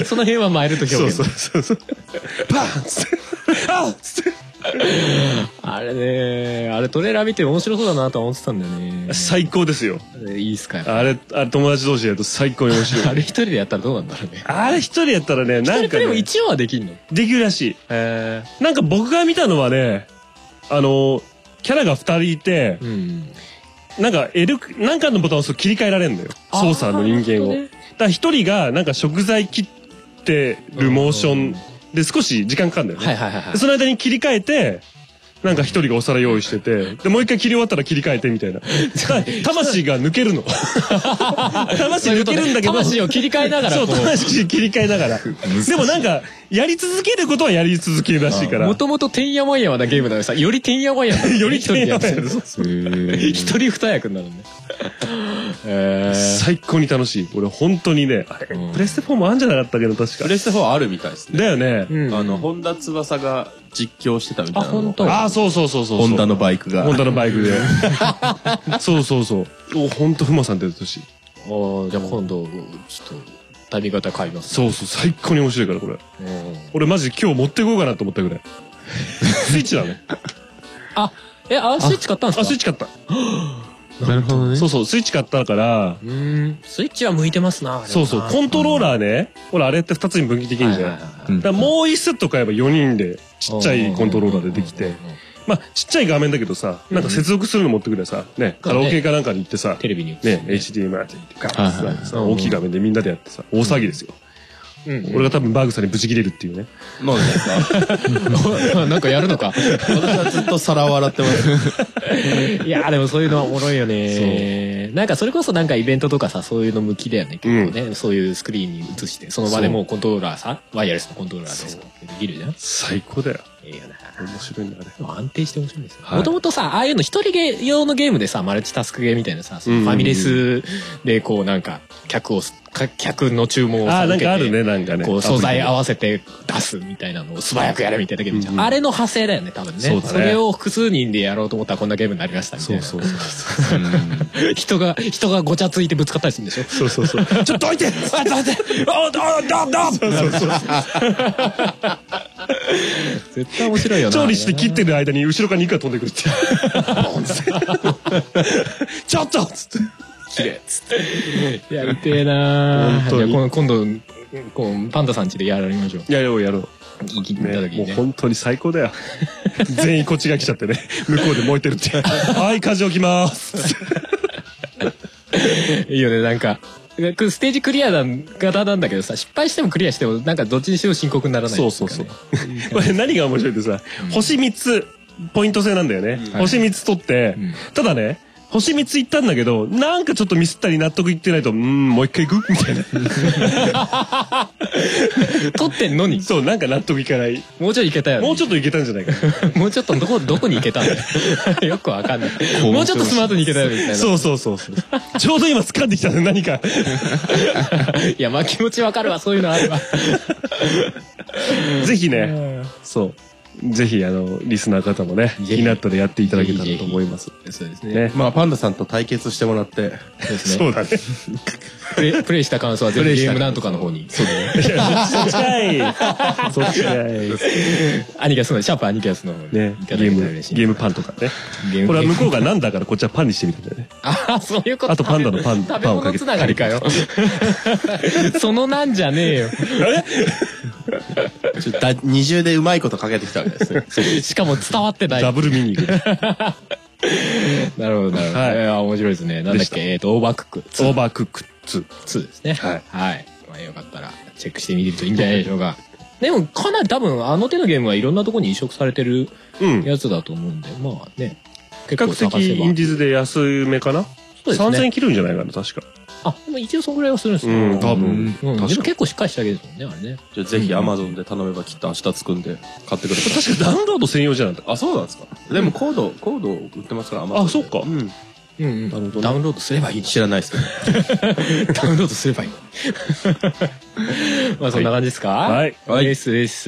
[SPEAKER 2] その辺はマイルド表現。
[SPEAKER 3] そうパーンっつってあっつって。
[SPEAKER 2] あれね、あれトレーラー見て面白そうだなと思ってたんだよね。
[SPEAKER 3] 最高ですよ。
[SPEAKER 2] いいっすか。
[SPEAKER 3] あれ友達同士でやると最高に面白い。
[SPEAKER 2] あれ一人でやったらどうなんだろうね。
[SPEAKER 3] あれ一人でやったらね、なんか
[SPEAKER 2] でも一応はできんの？
[SPEAKER 3] できるらしい。なんか僕が見たのはね、キャラが2人いて、なんかなんかのボタンを押すと切り替えられるんだよ。操作の人間を。だから一人がなんか食材切ってるモーションで少し時間かかるんだよね。その間に切り替えて、なんか一人がお皿用意してて、でもう一回切り終わったら切り替えてみたいな。魂が抜けるの。魂抜けるんだけど、
[SPEAKER 2] 魂を切り替えながら。
[SPEAKER 3] そう、魂切り替えながら。でもなんかやり続けることはやり続けるらしいから。
[SPEAKER 2] もともとてんやわんやわなゲームだからさ、よりてんやわんや。
[SPEAKER 3] よりてんやわんや。
[SPEAKER 2] 一人二役になるんで。
[SPEAKER 3] 最高に楽しい。俺本当にね、プレステ4もあるんじゃなかったけど確か。
[SPEAKER 4] プレステ4あるみたいですね。
[SPEAKER 3] だよね。
[SPEAKER 4] 本田翼が実況してたみたいな。
[SPEAKER 2] 本当。
[SPEAKER 3] そう。
[SPEAKER 4] ホンダのバイクが。
[SPEAKER 3] ホンダのバイクで。そう。本当ふまさん出てほしい。
[SPEAKER 2] じゃあ今度ちょっとタイミング型買います。
[SPEAKER 3] そう最高に面白いからこれ。俺マジで今日持っていこうかなと思ったぐらい。スイッチだね。
[SPEAKER 2] スイッチ買ったんですか？
[SPEAKER 3] スイッチ買った。
[SPEAKER 5] なるほどね。
[SPEAKER 3] そうスイッチ買ったから。
[SPEAKER 2] スイッチは向いてますな。
[SPEAKER 3] そうコントローラーね。ほらあれって2つに分岐できるじゃん。だからもう1セット買えば4人でちっちゃいコントローラーでできて。まあちっちゃい画面だけどさ、なんか接続するの持ってくれさ、ね、カラオケかなんかに行ってさ、
[SPEAKER 2] テレビに
[SPEAKER 3] ね、HDMI ってガーッて大きい画面でみんなでやってさ、大騒ぎですよ。俺が多分バーグさんにブチ切れるっていうね。
[SPEAKER 4] なんでです
[SPEAKER 2] か？なんかやるのか？
[SPEAKER 4] 私はずっと皿を洗ってます。
[SPEAKER 2] いやでもそういうのはおもろいよね。なんかそれこそなんかイベントとかさ、そういうの向きだよね。結構ね、そういうスクリーンに映して、その場でもうコントローラーさ、ワイヤレスのコントローラーでできるじゃん。
[SPEAKER 3] 最高だよ。
[SPEAKER 2] いいよね。
[SPEAKER 3] 面白いんだね。
[SPEAKER 2] 安定して面白いですよ。もともとさ、ああいうの一人用のゲームでさ、マルチタスクゲーみたいなさ、ファミレスでこうなんか客の注文をさ、
[SPEAKER 3] なんかあるね、なんかね。
[SPEAKER 2] こう素材合わせて出すみたいなのを素早くやるみたいなゲームじゃん。あれの派生だよね、多分ね。そうだね。それを複数人でやろうと思ったらこんなゲームになりましたみたいな。そう。人がごちゃついてぶつかったりするんでしょ。そう。ちょっとどいて。絶対面白いよな。
[SPEAKER 3] 調理して切ってる間に後ろから肉が飛んでくるって。ちょっとっつって。
[SPEAKER 2] 綺麗っつって。やりてえな。じゃあ今度パンダさん家でやりましょう。
[SPEAKER 3] やろう。もう本当に最高だよ。全員こっちが来ちゃってね、向こうで燃えてるって。はい、火事起きます。
[SPEAKER 2] いいよね、なんか。ステージクリア型なんだけどさ、失敗してもクリアしてもなんかどっちにしても深刻にならない。
[SPEAKER 3] そう。これ何が面白いってさ、星3つポイント制なんだよね。星3つ取って、ただね、星3ついったんだけど、なんかちょっとミスったり納得いってないと、もう一回行くみたいな。
[SPEAKER 2] 撮ってんのに。
[SPEAKER 3] そう、なんか納得いかない。
[SPEAKER 2] もうちょいいけたよ。
[SPEAKER 3] もうちょっといけたんじゃないか。
[SPEAKER 2] もうちょっとどこに行けたんだよ。よくわかんない。もうちょっとスマートに行けたよみたいな。
[SPEAKER 3] そう。ちょうど今掴んできたね、何か。
[SPEAKER 2] いや、まあ気持ちわかるわ、そういうのあれば。
[SPEAKER 3] ぜひね、そう。ぜひリスナー方もね、気になったらやっていただけたらと思います。
[SPEAKER 2] そうですね。
[SPEAKER 4] まあパンダさんと対決してもらって。
[SPEAKER 3] そうだね。
[SPEAKER 2] プレイした感想はぜひゲームなんとかの方に。そうだね。
[SPEAKER 3] そっちかい。
[SPEAKER 2] アニキャスのシャープアニキャスの方に
[SPEAKER 3] ね、ゲームパンとかね。これは向こうがなんだからこっちはパンにしてみたんだよね。
[SPEAKER 2] あ、そういうこと。
[SPEAKER 3] あとパンダのパンをかけて。
[SPEAKER 2] つながりかよ。そのなんじゃねえよ。
[SPEAKER 4] 二重でうまいことかけてきたわけですね。
[SPEAKER 2] しかも伝わってない。
[SPEAKER 3] ダブルミニング。
[SPEAKER 2] なるほど。面白いですね。なんだっけ、オーバークック。
[SPEAKER 3] オーバークック
[SPEAKER 2] 2ですね。はい。まあよかったらチェックしてみるといいんじゃないでしょうか。でもかなり多分手のゲームはいろんなところに移植されてるやつだと思うんで、まあね。
[SPEAKER 3] 比較的インディーズで安めかな？そうですね。3000円切るんじゃないかな、確か。
[SPEAKER 2] あ、でも一応そのぐらいはするんですよ。
[SPEAKER 3] 多分。
[SPEAKER 2] でも結構しっかりしたわけですもんね、あれね。
[SPEAKER 4] じゃあぜひ Amazon で頼めばきっと明日つくんで買ってくれた。
[SPEAKER 3] 確かダウンロード専用じゃなかった。
[SPEAKER 4] あ、そうなんですか。でもコード売ってますから Amazon。
[SPEAKER 3] あ、そうか。
[SPEAKER 2] ダウンロードすればいい。
[SPEAKER 4] 知らないですけど。
[SPEAKER 2] ダウンロードすればいい。まあそんな感じですか？
[SPEAKER 3] はい。
[SPEAKER 2] です。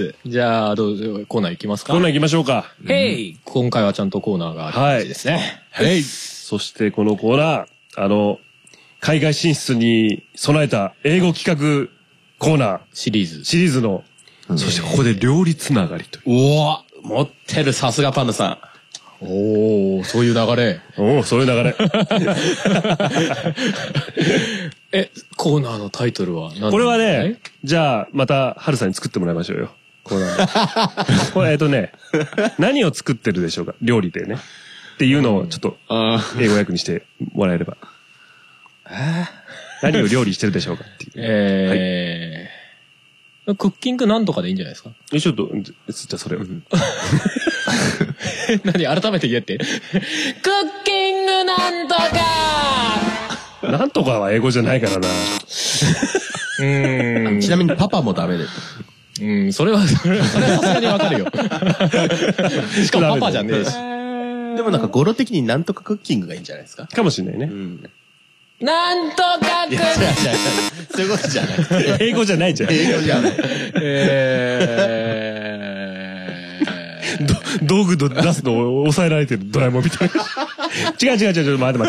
[SPEAKER 2] じゃあどうぞコーナー行きますか？
[SPEAKER 3] コーナー行きましょうか。
[SPEAKER 2] 今回はちゃんとコーナーがある感じですね。
[SPEAKER 3] そしてこのコーナー、海外進出に備えた英語企画コーナー。シリーズの。そしてここで料理つながりという。
[SPEAKER 4] おお、持ってる、さすがパンダさん。
[SPEAKER 2] おお、そういう流れ。
[SPEAKER 3] そういう流れ。
[SPEAKER 2] コーナーのタイトルは何？
[SPEAKER 3] これはね、じゃあまたハルさんに作ってもらいましょうよ。コーナー。これ何を作ってるでしょうか、料理でね。っていうのをちょっと英語訳にしてもらえれば。何を料理してるでしょうかっていう。
[SPEAKER 2] クッキングなんとかでいいんじゃないですか？
[SPEAKER 3] ちょっと、じゃあそれを。
[SPEAKER 2] 何改めて言えって。クッキングなんとか
[SPEAKER 3] なんとかは英語じゃないからな。
[SPEAKER 4] ちなみにパパもダメで。
[SPEAKER 2] それはさすがにわかるよ。しかもパパじゃねえし。
[SPEAKER 4] でもなんか語呂的になんとかクッキングがいいんじゃないですか？
[SPEAKER 3] かもしれないね。
[SPEAKER 2] なんとかクッキング
[SPEAKER 4] そういうことじゃない。
[SPEAKER 3] 英語じゃないじゃん。
[SPEAKER 4] 英語じゃない。
[SPEAKER 3] 道具出すのを抑えられてるドラえもんみたいな。違う、待って。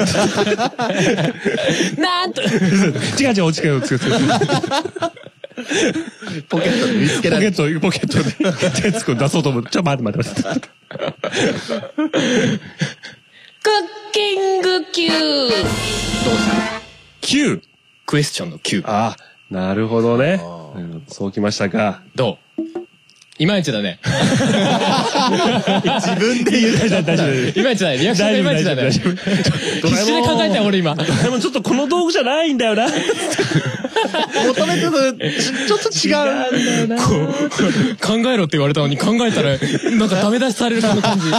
[SPEAKER 2] なんと違う、
[SPEAKER 3] 落ち着け。
[SPEAKER 4] ポケットで見つけられる。
[SPEAKER 3] ポケットで手つく出そうと思って。待って。
[SPEAKER 2] クッキング Q。 どうした
[SPEAKER 3] Q？
[SPEAKER 2] クエスチョンの Q。
[SPEAKER 3] あ、なるほどね。そうきましたか。
[SPEAKER 2] どう？いまいちだね。
[SPEAKER 4] 自分で言う。
[SPEAKER 3] 大丈夫。
[SPEAKER 2] いまいちだね。リアクションがいまいちだね。必死で考えたよ、俺今。
[SPEAKER 3] でもちょっとこの道具じゃないんだよな。
[SPEAKER 4] 求めてるのちょっと違うんだよな。
[SPEAKER 2] 考えろって言われたのに考えたら、なんかダメ出しされるこの感じ。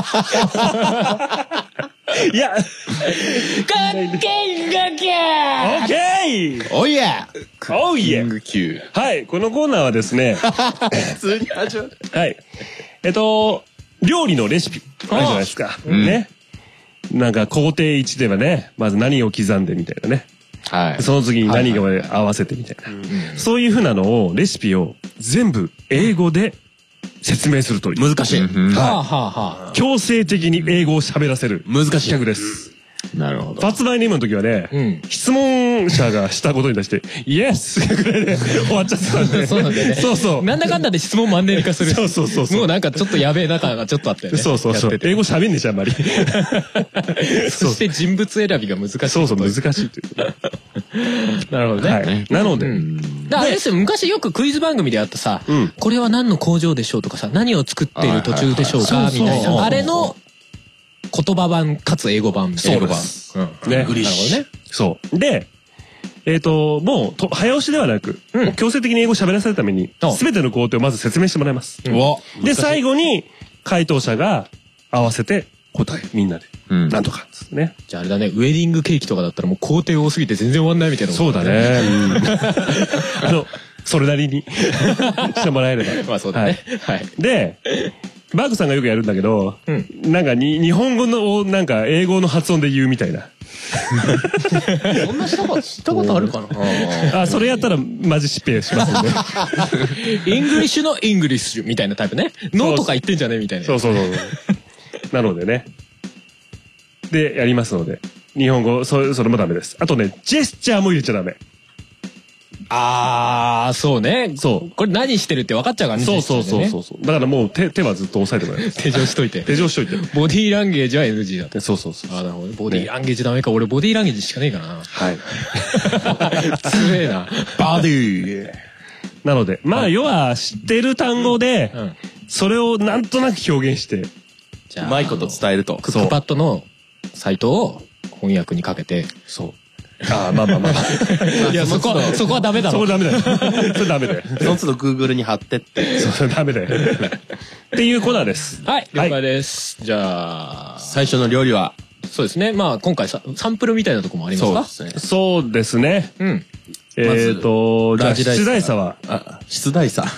[SPEAKER 3] いや。
[SPEAKER 2] クッキング Q！
[SPEAKER 3] オッケー！
[SPEAKER 4] おいや！
[SPEAKER 3] クッキン
[SPEAKER 4] グ Q。
[SPEAKER 3] はい、このコーナーはですね。
[SPEAKER 4] 普通に始まる。
[SPEAKER 3] はい。料理のレシピ。あるじゃないですか。ね。なんか工程1ではね、まず何を刻んでみたいなね。はい。その次に何が合わせてみたいな。そういうふうなのを、レシピを全部英語で説明するという。
[SPEAKER 4] 難しい。
[SPEAKER 3] 強制的に英語を喋らせる。
[SPEAKER 4] 難しい。
[SPEAKER 3] 企画です。
[SPEAKER 4] なるほど。
[SPEAKER 3] ファツバイネームの時はね、質問者がしたことに対して、イエスぐらいで終わっちゃってたんで。
[SPEAKER 2] そうなんだよね。
[SPEAKER 3] そう。
[SPEAKER 2] なんだかんだで質問マンネリ化する。
[SPEAKER 3] そう。
[SPEAKER 2] もうなんかちょっとやべえ中がちょっとあったよね。
[SPEAKER 3] そう。英語喋んねえじゃん、あんまり。
[SPEAKER 2] そして人物選びが難しい。
[SPEAKER 3] そう、難しいという。
[SPEAKER 2] なるほどね。
[SPEAKER 3] はい。なので。
[SPEAKER 2] あれですよ、昔よくクイズ番組であったさ、これは何の工場でしょうとかさ、何を作っている途中でしょうかみたいな。あれの言葉版かつ英語版。
[SPEAKER 3] そうです。ね。
[SPEAKER 2] グリッシュ。
[SPEAKER 3] そう。で、もう、早押しではなく、強制的に英語を喋らせるために、すべての工程をまず説明してもらいます。で、最後に、回答者が合わせて答え、みんなで。なんとかですね。
[SPEAKER 2] じゃああれだね、ウェディングケーキとかだったらもう工程多すぎて全然終わんないみたいな。
[SPEAKER 3] そうだね。 それなりにしてもらえれば。
[SPEAKER 2] まあそうだね。はい。
[SPEAKER 3] で、バークさんがよくやるんだけど、なんか日本語のなんか英語の発音で言うみたいな。
[SPEAKER 2] そんなしたことあるかな。
[SPEAKER 3] あ、それやったらマジ疾病しますんで。
[SPEAKER 2] イングリッシュのイングリッシュみたいなタイプね。ノーとか言ってんじゃねみたいな。
[SPEAKER 3] そう。なのでね。で、やりますので。日本語、それもダメです。あとね、ジェスチャーも入れちゃダメ。
[SPEAKER 2] そうね。そう。これ何してるって分かっちゃうからね。
[SPEAKER 3] そう。だからもう手はずっと押さえてもらいます。
[SPEAKER 2] 手錠しといて。
[SPEAKER 3] 手錠しといて。
[SPEAKER 2] ボディーランゲージは NG だって。
[SPEAKER 3] そう。
[SPEAKER 2] なるほど。ボディーランゲージダメか。俺ボディーランゲージしかねえかな。
[SPEAKER 3] はい。
[SPEAKER 2] 強えな。
[SPEAKER 3] ボディー。なので、まあ要は知ってる単語で、それをなんとなく表現して、
[SPEAKER 4] うまいこと伝えると。
[SPEAKER 2] クックパッドのサイトを翻訳にかけて。
[SPEAKER 3] そう。まあ。
[SPEAKER 2] いや、そこはダメだろ。
[SPEAKER 3] そこダメだよ。それダメだよ。
[SPEAKER 4] その都度 Google に貼ってって。
[SPEAKER 3] それダメだよ。っていうコーナーです。
[SPEAKER 2] はい、了解です。じゃあ、
[SPEAKER 4] 最初の料理は
[SPEAKER 2] そうですね。まあ、今回サンプルみたいなとこもありますか？
[SPEAKER 3] そうですね。
[SPEAKER 2] うん。
[SPEAKER 3] じゃあ、出題者は
[SPEAKER 4] 出題者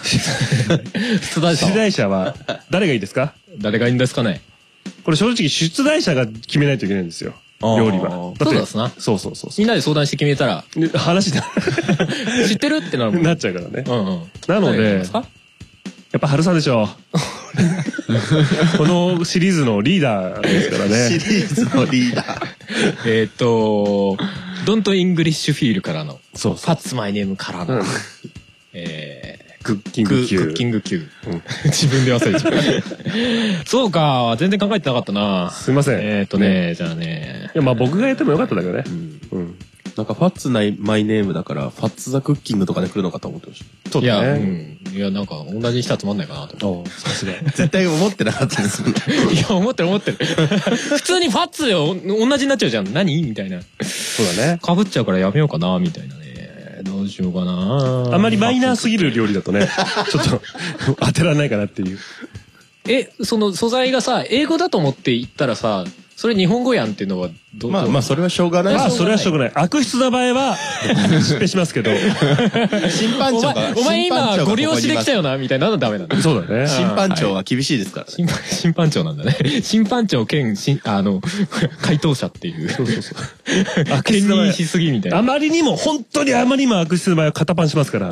[SPEAKER 3] は誰がいいですか？
[SPEAKER 2] 誰がいいんですかね？
[SPEAKER 3] これ正直出題者が決めないといけないんですよ。料理は。
[SPEAKER 2] そうですな。
[SPEAKER 3] そう。
[SPEAKER 2] みんなで相談して決めたら。
[SPEAKER 3] 話で。
[SPEAKER 2] 知ってるってな
[SPEAKER 3] っちゃうからね。なので、やっぱ春さんでしょ。このシリーズのリーダーですからね。
[SPEAKER 4] シリーズのリーダー。
[SPEAKER 2] Don't English Feel からの。
[SPEAKER 3] そう。
[SPEAKER 2] What's My Name からの。
[SPEAKER 3] クッキング
[SPEAKER 2] Q。自分で忘れちゃう。そうか、全然考えてなかったな。
[SPEAKER 3] すいません。
[SPEAKER 2] じゃあね。
[SPEAKER 3] いや、まあ僕がやってもよかったんだけどね。
[SPEAKER 4] なんか、ファッツマイネームだから、ファッツザクッキングとかで来るのかと思ってました。
[SPEAKER 2] そうだね。いや、なんか、同じにしたらつまんないかなと思って。
[SPEAKER 3] さすが。
[SPEAKER 4] 絶対思ってなかったですもんね。
[SPEAKER 2] いや、思ってる。普通にファッツよ、同じになっちゃうじゃん。何みたいな。
[SPEAKER 3] そうだね。
[SPEAKER 2] 被っちゃうからやめようかな、みたいなね。どうしようかな。
[SPEAKER 3] あんまりマイナーすぎる料理だとね、ちょっと当てられないかなっていう。
[SPEAKER 2] その素材がさ、英語だと思って言ったらさ、それ日本語やんっていうのは
[SPEAKER 4] まあそれはしょうがない。
[SPEAKER 3] まあそれはしょうがない。悪質な場合は失敗しますけど。
[SPEAKER 4] 審判長が
[SPEAKER 2] お前今ご利用しできたよなみたいなのはダメなんだ。
[SPEAKER 3] そうだね。
[SPEAKER 4] 審判長は厳しいですから。
[SPEAKER 2] 審判長なんだね。審判長兼回答者っていう。そう。兼任しすぎみたいな。
[SPEAKER 3] 本当にあまりにも悪質な場合は肩パンしますから。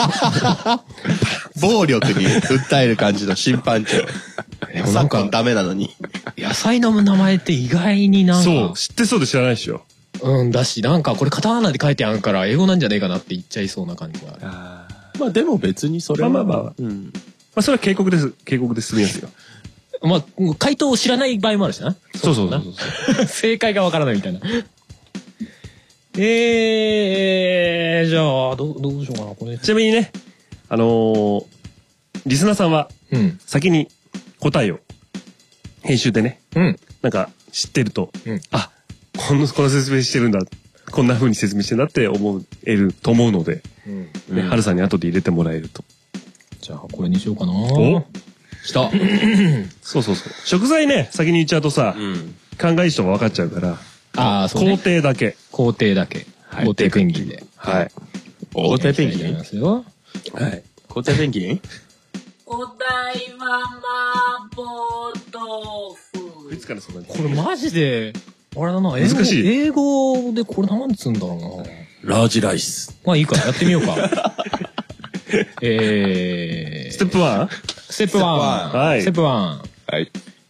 [SPEAKER 4] 暴力に訴える感じの審判長。なんかダメなのに。
[SPEAKER 2] 野菜の名前って意外になんか。
[SPEAKER 3] そう、知ってそうで知らないでしょ。
[SPEAKER 2] だし、なんかこれカタカナで書いてあるから英語なんじゃねえかなって言っちゃいそうな感じがある。
[SPEAKER 4] まあでも別にそれは。
[SPEAKER 3] まあ。それは警告です。警告で済みますよ。
[SPEAKER 2] まあ、回答を知らない場合もあるしな。
[SPEAKER 3] そう。
[SPEAKER 2] 正解がわからないみたいな。じゃあ、どうしようかな、これ。
[SPEAKER 3] ちなみにね、リスナーさんは、先に答えを、編集でね、なんか知ってると、あ、この説明してるんだ、こんな風に説明してるんだって思えると思うので、はるさんに後で入れてもらえると。
[SPEAKER 2] じゃあ、これにしようかな。した。
[SPEAKER 3] そう。食材ね、先に言っちゃうとさ、考える人が分かっちゃうから、工程だけ。
[SPEAKER 2] 工程ペンギンで。
[SPEAKER 3] はい。
[SPEAKER 4] 工程ペンギン
[SPEAKER 2] はい。
[SPEAKER 4] 工程ペンギン
[SPEAKER 1] お題ママポトフ。
[SPEAKER 3] いつからそんなに。
[SPEAKER 2] これマジで、あれだな、
[SPEAKER 3] 難しい。
[SPEAKER 2] 英語でこれなんつうんだろうな。
[SPEAKER 4] ラージライス。
[SPEAKER 2] まあいいか、やってみようか。
[SPEAKER 3] ステップ 1？
[SPEAKER 2] ステップ1。
[SPEAKER 3] はい。
[SPEAKER 2] ステップ1。
[SPEAKER 4] はい。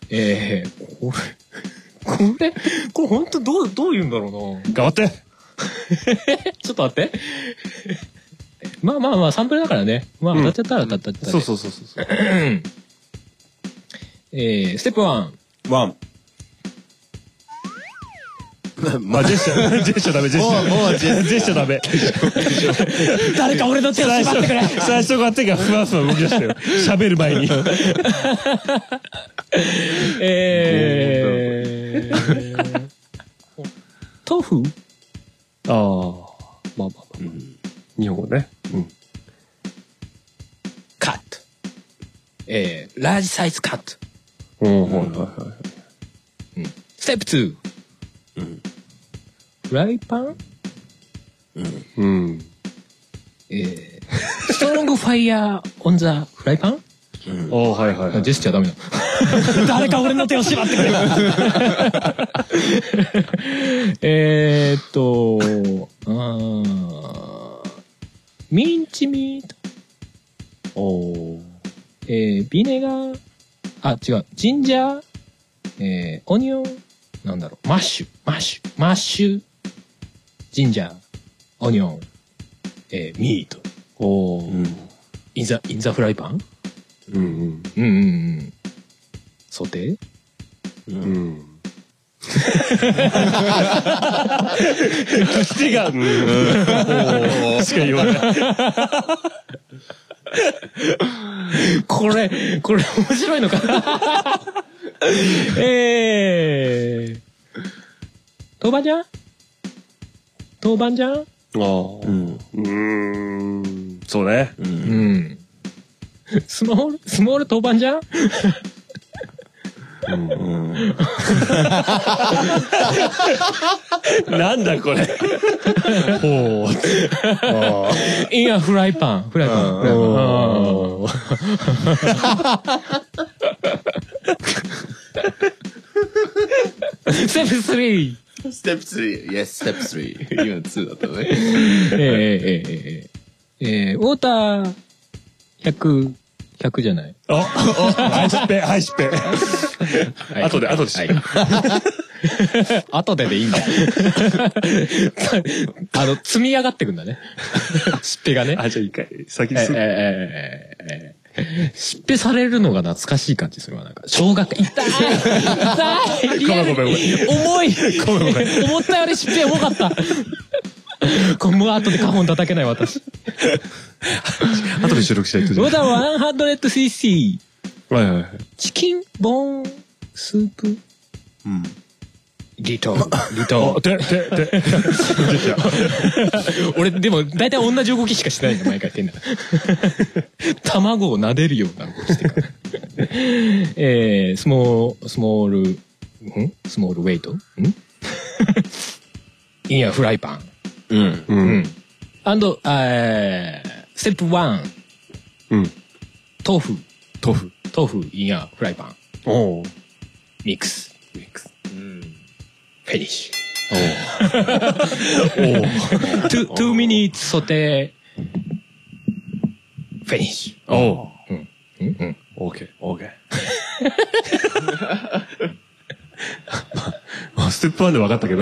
[SPEAKER 2] これ本当どう言うんだろうな。
[SPEAKER 3] 頑張って。
[SPEAKER 2] ちょっと待って。まあ、サンプルだからね。まあ、当たっちゃったら当たっちゃった。
[SPEAKER 3] そう。
[SPEAKER 2] ステップ1。
[SPEAKER 3] まあ、ジェスチャーダメ、ジェスチャーダメ。
[SPEAKER 2] 誰か俺の手を縛ってくれ。
[SPEAKER 3] 最初が手がふわふわ動き出したよ。喋る前に。
[SPEAKER 2] 豆腐？
[SPEAKER 3] まあ。日本語ね。
[SPEAKER 2] カット。ラージサイズカット。ステップ2。フライパン？ ストロングファイヤーオンザフライパン？
[SPEAKER 3] はいはい。
[SPEAKER 2] ジェスチャーダメだ。誰か俺の手を縛ってくれ。ミンチミート。ビネガー。違う。ジンジャー。オニオン。なんだろう。マッシュ。ジンジャー。オニオン。ミート。インザフライパン？ソテー？
[SPEAKER 3] 口が、しか言わない。
[SPEAKER 2] これ面白いのかな？豆板醤？
[SPEAKER 3] そうね。
[SPEAKER 2] スモール豆板醤？
[SPEAKER 3] なんだこれ。
[SPEAKER 2] いや、フライパン。ステップ3。
[SPEAKER 4] Yes, step 3。今2だったね。
[SPEAKER 2] ウォーター100じゃない。
[SPEAKER 3] はいしっぺ。後でし。
[SPEAKER 2] 後でいいんだ。積み上がってくんだね。しっぺがね。
[SPEAKER 3] じゃあ一回、先にすぐ。
[SPEAKER 2] しっぺされるのが懐かしい感じするわ。なんか、小学痛い
[SPEAKER 3] ごめん。
[SPEAKER 2] 重い思ったよりしっぺ重かった。もう後でカホン叩けない私。
[SPEAKER 3] 後で収録しないと。
[SPEAKER 2] ウォーター 100cc。
[SPEAKER 3] はい。
[SPEAKER 2] チキンボーンスープ。リトー。俺、でも、だいたい同じ動きしかしてないんだ、毎回言ってんだ。卵を撫でるような動きしてる。スモールウェイトインアフライパン。ステップ1。豆腐インアフライパン。ミックス。フィニッシュ。2 minutes ソテー。フィニッシュ。
[SPEAKER 3] オーケー。ステップ1で分かったけど。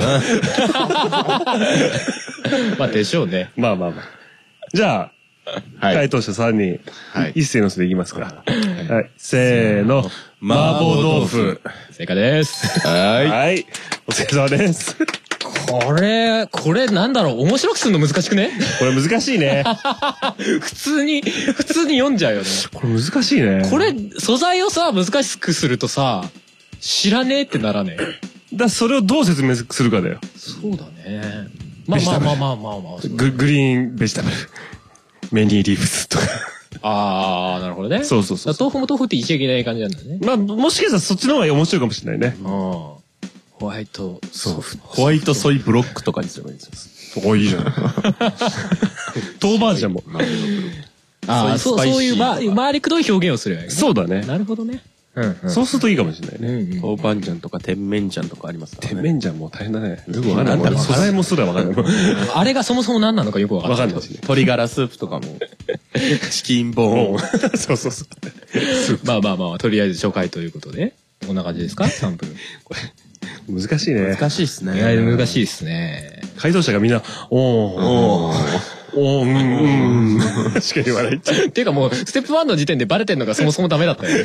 [SPEAKER 2] まあでしょうね。
[SPEAKER 3] まあ。じゃあ、回答者3人、一斉のせでいきますか。はい。せーの。麻婆豆腐。
[SPEAKER 2] 正解です。
[SPEAKER 3] はい。お疲れ様です。
[SPEAKER 2] これなんだろう、面白くするの難しくね？
[SPEAKER 3] これ難しいね。
[SPEAKER 2] 普通に読んじゃうよね。
[SPEAKER 3] これ難しいね。
[SPEAKER 2] これ、素材をさ、難しくするとさ、知らねえってならねえ。
[SPEAKER 3] それをどう説明するかだよ。
[SPEAKER 2] そうだね。まあ。
[SPEAKER 3] グリーンベジタブル。メニーリーフスとか。
[SPEAKER 2] なるほどね。
[SPEAKER 3] そう。
[SPEAKER 2] 豆腐も豆腐って言っちゃいけない感じなんだね。
[SPEAKER 3] まあ、もしかしたらそっちの方が面白いかもしれないね。
[SPEAKER 2] ホワイトソ
[SPEAKER 4] イブロックとかにすればいいんです
[SPEAKER 3] よ。いいじゃん。豆板醤も。
[SPEAKER 2] そういう回りくどい表現をすればいい。
[SPEAKER 3] そうだね。
[SPEAKER 2] なるほどね。
[SPEAKER 3] そうするといいかもしれないね。
[SPEAKER 4] 豆板醤とか甜麺醤とかありますからね。
[SPEAKER 3] 甜麺醤も大変だね。よくわかんない。洗いもすらわかんない。
[SPEAKER 2] あれがそもそも何なのかよくわかんない。
[SPEAKER 4] 鶏ガラスープとかも。チキンボーン。
[SPEAKER 3] そう。
[SPEAKER 2] まあ、とりあえず初回ということで。こんな感じですか ?3 分。
[SPEAKER 3] 難しいね。
[SPEAKER 4] 難しいっすね。
[SPEAKER 2] 難しいっすね。
[SPEAKER 3] 回答者がみんな、しか言わない。
[SPEAKER 2] っていうかもう、ステップ1の時点でバレてんのがそもそもダメだったよね。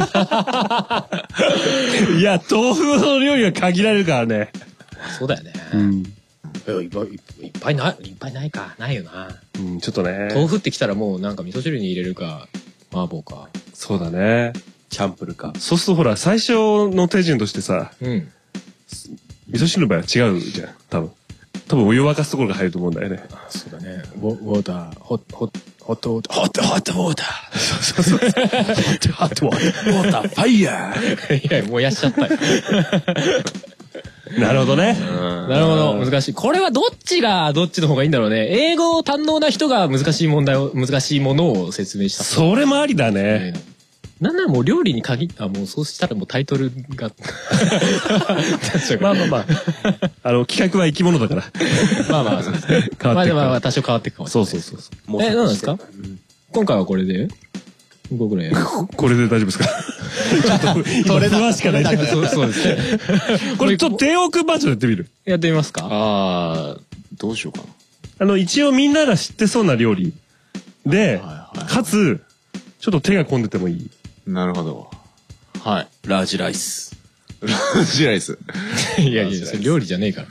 [SPEAKER 3] いや、豆腐の料理は限られるからね。
[SPEAKER 2] そうだよね。いっぱいないか。ないよな。
[SPEAKER 3] ちょっとね。
[SPEAKER 2] 豆腐ってきたらもうなんか味噌汁に入れるか、麻婆か。
[SPEAKER 3] そうだね。
[SPEAKER 4] チャンプルか。
[SPEAKER 3] そうするとほら、最初の手順としてさ、味噌汁の場合は違うじゃん、多分お湯沸かすところが入ると思うんだよね。
[SPEAKER 2] そうだね。ウォーター、ホットウォーター。そう。
[SPEAKER 4] ホットウォーター、ファイヤー。
[SPEAKER 2] いや、燃やしちゃったよ。
[SPEAKER 3] なるほどね。
[SPEAKER 2] なるほど。難しい。これはどっちがどっちの方がいいんだろうね。英語を堪能な人が難しいものを説明した。
[SPEAKER 3] それもありだね。
[SPEAKER 2] なんならもう料理に限った、もうそうしたらもうタイトルが。
[SPEAKER 3] まあまあまあ。企画は生き物だから。
[SPEAKER 2] まあまあ、そうですね。まあでも多少変わっていくかもしれない。
[SPEAKER 3] そう。
[SPEAKER 2] 何ですか？今回はこれで5ぐらい。
[SPEAKER 3] これで大丈夫ですか？ちょっと、今不安しかない。
[SPEAKER 2] そうですね。
[SPEAKER 3] これちょっと帝王くんバージョンやってみる？
[SPEAKER 2] やってみますか？
[SPEAKER 5] どうしようかな。
[SPEAKER 3] 一応みんなが知ってそうな料理。で、かつ、ちょっと手が込んでてもいい。
[SPEAKER 5] なるほど。はい。ラージライス。ラージライス。
[SPEAKER 2] いや、料理じゃねえから。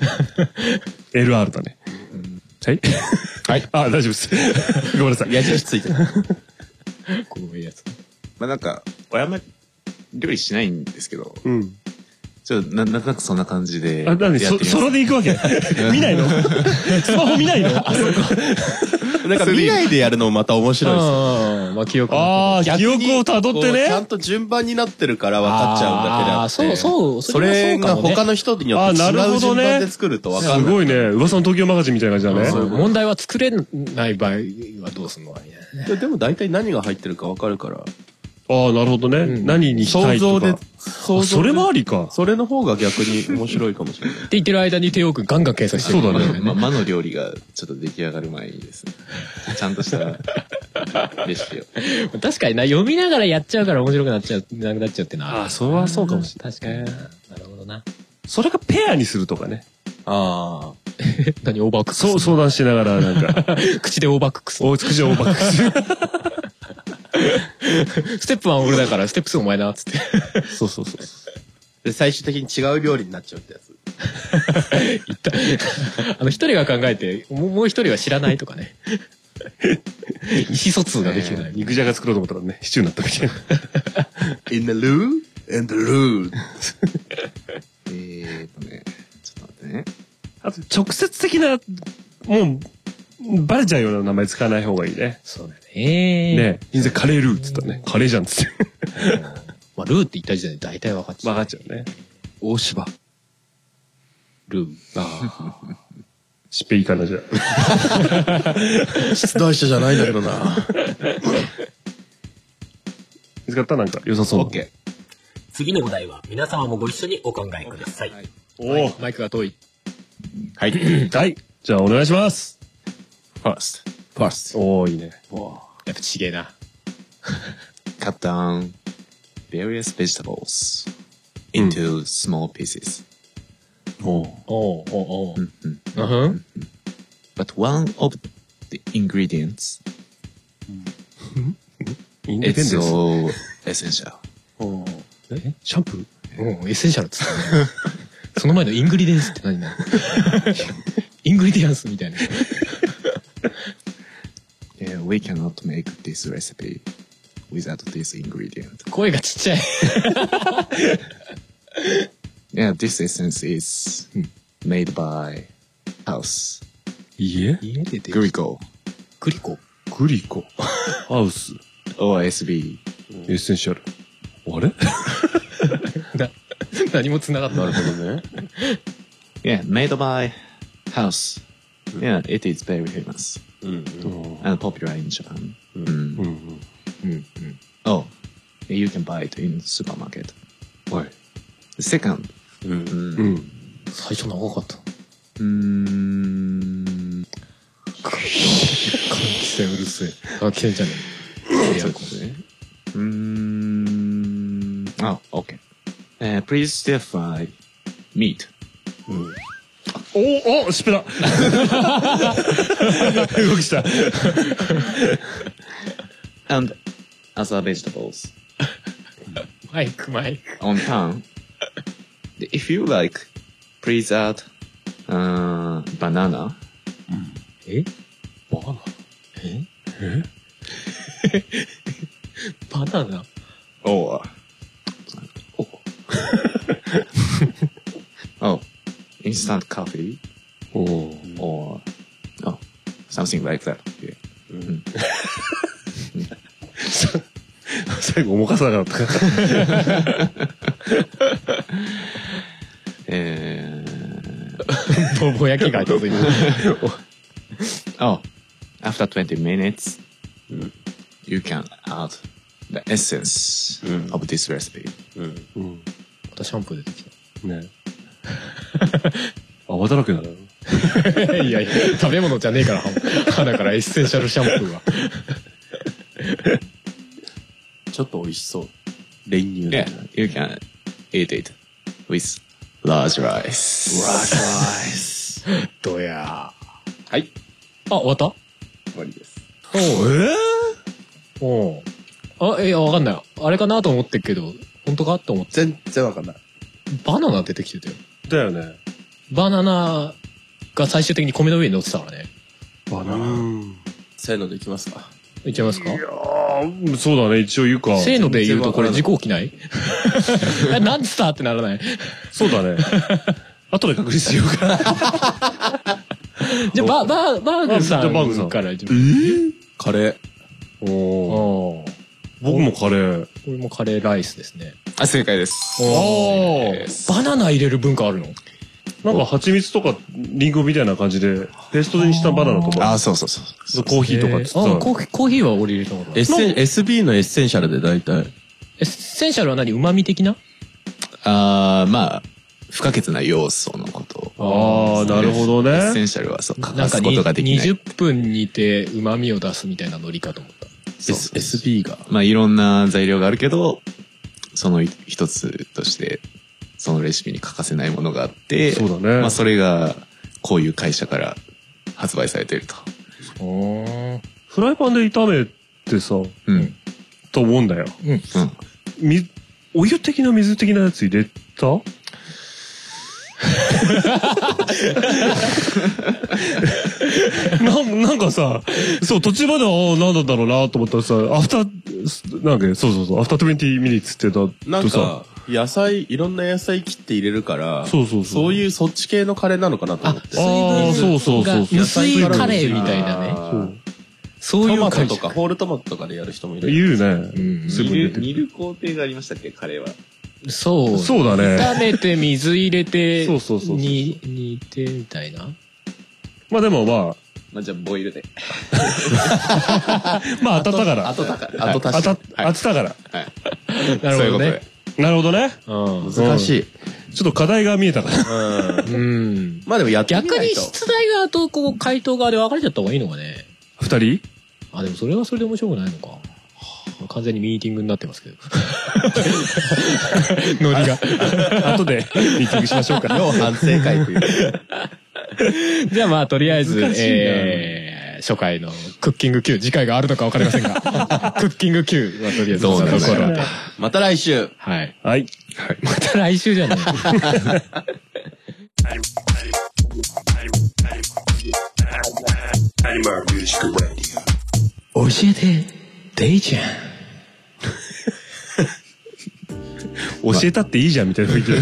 [SPEAKER 3] LR だね。はい。
[SPEAKER 5] はい。
[SPEAKER 3] 大丈夫です。ごめんなさい。
[SPEAKER 5] 矢印ついてる。
[SPEAKER 2] こういうやつ。
[SPEAKER 5] まあなんか、俺あんま料理しないんですけど。
[SPEAKER 3] うん。
[SPEAKER 5] なんとなくそんな感じで。
[SPEAKER 3] 何ソロで行くわけ？見ないの？スマホ見ないの？
[SPEAKER 4] なんか見ないでやるのもまた面白いですよ。
[SPEAKER 2] まあ記憶。
[SPEAKER 3] 記憶を辿ってね。
[SPEAKER 4] ちゃんと順番になってるから分かっちゃうんだけであって。
[SPEAKER 2] そう。
[SPEAKER 4] それが他の人によって違う順番で作ると分かんない。
[SPEAKER 3] すごいね。噂の東京マガジンみたいな感じだね。
[SPEAKER 2] 問題は作れない場合はどうすんのかね。
[SPEAKER 4] でも大体何が入ってるか分かるから。
[SPEAKER 3] なるほどね。何にしたいとか。それもありか。
[SPEAKER 4] それの方が逆に面白いかもしれない。って
[SPEAKER 2] 言ってる間に帝王くんガンガン計算してる。
[SPEAKER 3] そうだね。
[SPEAKER 5] 魔の料理がちょっと出来上がる前にですね。ちゃんとしたレシピを。
[SPEAKER 2] 確かにな、読みながらやっちゃうから面白くなっちゃう、なくなっちゃうってな。
[SPEAKER 3] それはそうかもしれない。
[SPEAKER 2] 確かに。なるほどな。
[SPEAKER 3] それがペアにするとかね。
[SPEAKER 2] 何オーバークックス。
[SPEAKER 3] 相談しながらなんか。
[SPEAKER 2] 口でオーバークックス。
[SPEAKER 3] 口でオーバークックス。
[SPEAKER 2] ステップ1俺だからステップ2お前な、つって。
[SPEAKER 3] そう。
[SPEAKER 4] で、最終的に違う料理になっちゃうってやつ。
[SPEAKER 2] 言った。一人が考えて、もう一人は知らないとかね。意思疎通ができてない。
[SPEAKER 3] 肉じゃが作ろうと思ったらね、シチューになったみたいな。
[SPEAKER 5] In the loo? In the loo. ちょっと待ってね。
[SPEAKER 3] あと、直接的な、もう、バレちゃうような名前使わない方がいいね。
[SPEAKER 2] そうだね。
[SPEAKER 3] ねえ、カレールーって言ったらね、カレーじゃんっつって。
[SPEAKER 2] まあ、ルーって言った時点で大体分かっちゃう。
[SPEAKER 3] 分かっちゃうね。
[SPEAKER 2] 大柴。ルー。
[SPEAKER 3] しっぺいいかな、じゃ
[SPEAKER 4] あ。出題者じゃないんだけどな。
[SPEAKER 3] 見つかった？なんか良さそう。
[SPEAKER 2] OK。次のお題は皆様もご一緒にお考えください。マイクが遠い。
[SPEAKER 3] はい。はい。じゃあお願いします。
[SPEAKER 5] First.
[SPEAKER 3] いいね。
[SPEAKER 2] やっぱちげえな。
[SPEAKER 5] Cut down various vegetables into small pieces. But one of the ingredients is so essential.
[SPEAKER 3] シャンプー？
[SPEAKER 2] エッセンシャルっつったね。その前のイングリデンスって何なの？イングリディアンスみたいな。
[SPEAKER 5] We cannot make this recipe without this ingredient.
[SPEAKER 2] 声がちっちゃい。
[SPEAKER 5] Yeah, this essence is made by house.
[SPEAKER 3] 家
[SPEAKER 2] でで。
[SPEAKER 5] グリコ。
[SPEAKER 3] ハウス。
[SPEAKER 5] OSB。
[SPEAKER 3] エッセンシャル。あれ？
[SPEAKER 2] 何も繋がってない。
[SPEAKER 4] なるほどね。
[SPEAKER 5] Yeah, made by house. Yeah, it is very famous. And popular in Japan. Oh, you can buy it in supermarket. Second.
[SPEAKER 2] 最初長かった。
[SPEAKER 5] 換
[SPEAKER 2] 気扇うるせえ。あ、きれいじゃね
[SPEAKER 5] え。Okay. Please stir fry meat.
[SPEAKER 3] しっぺだ。動きした。
[SPEAKER 5] And other vegetables.
[SPEAKER 2] マイク。
[SPEAKER 5] On pan. If you like, please add banana.
[SPEAKER 2] バナナ
[SPEAKER 5] Or instant coffee. Or something like that. Yeah.
[SPEAKER 3] 最後重かさなかった。
[SPEAKER 2] とぼ焼きが続いてる。
[SPEAKER 5] Oh, after 20 minutes, you can add the essence of this recipe.
[SPEAKER 2] またシャンプー出てきた。
[SPEAKER 3] ね。泡だらけだな。
[SPEAKER 2] いやいや、食べ物じゃねえから、だからエッセンシャルシャンプーは。
[SPEAKER 4] ちょっと美味しそう。練乳。
[SPEAKER 5] Yeah, you can eat it with large rice.
[SPEAKER 4] Large rice.
[SPEAKER 2] どや
[SPEAKER 5] はい。
[SPEAKER 2] あ、終わった
[SPEAKER 5] 終わりです。
[SPEAKER 2] おあ、いや、わかんない。あれかなと思ってるけど、本当かと思って。
[SPEAKER 4] 全然わかんない。
[SPEAKER 2] バナナ出てきてたよ。
[SPEAKER 3] だよね。
[SPEAKER 2] バナナが最終的に米の上に乗ってたからね。
[SPEAKER 3] バナナ。
[SPEAKER 4] せーのでいきますか。
[SPEAKER 2] いっちゃいますか？
[SPEAKER 3] いやそうだね、一応言うか。
[SPEAKER 2] せーので言うとこれ事故起きない？なんつったってならない？
[SPEAKER 3] そうだね。後で確認しようか。
[SPEAKER 2] じゃあ、バーグさんから。
[SPEAKER 4] カレ
[SPEAKER 3] ー。おー。僕もカレー。
[SPEAKER 2] これもカレーライスですね。
[SPEAKER 5] あ、正解です。
[SPEAKER 2] バナナ入れる文化あるの？
[SPEAKER 3] なんか蜂蜜とかリンゴみたいな感じでペーストにしたバナナとか。
[SPEAKER 5] あ、そうそうそう。
[SPEAKER 3] コーヒーとかっつったら。
[SPEAKER 2] コーヒーは俺入れたことない。
[SPEAKER 4] SB のエッセンシャルで大体。
[SPEAKER 2] エッセンシャルは何？旨味的な？
[SPEAKER 5] まあ、不可欠な要素のこと
[SPEAKER 3] ああ、なるほどね。
[SPEAKER 5] エッセンシャルはそう、欠かすことができない。
[SPEAKER 2] 20分煮て旨味を出すみたいなノリかと思った。
[SPEAKER 4] SB が。
[SPEAKER 5] まあ、いろんな材料があるけど、その一つとして、そのレシピに欠かせないものがあって、
[SPEAKER 3] そうだね。
[SPEAKER 5] まあ、それが、こういう会社から発売されていると。
[SPEAKER 3] フライパンで炒めてさ、と思うんだよ。お湯的な水的なやつ入れた？なんかさ、そう、途中までは、なんだろうなと思ったらさ、アフター、なんか、そう、アフター20 minutes って言った
[SPEAKER 4] なんか、野菜、いろんな野菜切って入れるから、そういうそっち系のカレーなのかなと思って。
[SPEAKER 2] そう。無水カレーみたいなね。そういう
[SPEAKER 4] トマトとか、ホールトマトとかでやる人もいる。
[SPEAKER 3] 言うね。
[SPEAKER 5] 煮る工程がありましたっけ、カレーは。
[SPEAKER 2] そう
[SPEAKER 3] だね。
[SPEAKER 2] 炒めて水入れて、煮てみたいな。
[SPEAKER 3] まあでもま
[SPEAKER 5] あじゃあボイルで。
[SPEAKER 3] まあ後だから。
[SPEAKER 5] 後だから。
[SPEAKER 3] 後だから。
[SPEAKER 2] なるほどね。
[SPEAKER 3] なるほどね。
[SPEAKER 4] 難しい。
[SPEAKER 3] ちょっと課題が見えたから。
[SPEAKER 4] まあでもやってみないと。
[SPEAKER 2] 逆に出題側とこう回答側で分かれちゃった方がいいのかね。
[SPEAKER 3] 二人？
[SPEAKER 2] あ、でもそれはそれで面白くないのか。完全にミーティングになってますけど。ノリが。
[SPEAKER 3] 後でミーティングしましょうか。
[SPEAKER 4] 要反省会という。
[SPEAKER 2] じゃあまあとりあえず、初回のクッキング Q、次回があるのか分かりませんが、クッキング Q はとりあえず
[SPEAKER 5] どうなんでしょう。
[SPEAKER 4] また来週。
[SPEAKER 2] はい。
[SPEAKER 3] はい。
[SPEAKER 2] また来週じゃない。教えて、デイちゃん。
[SPEAKER 3] 教えたっていいじゃんみたいな雰囲気。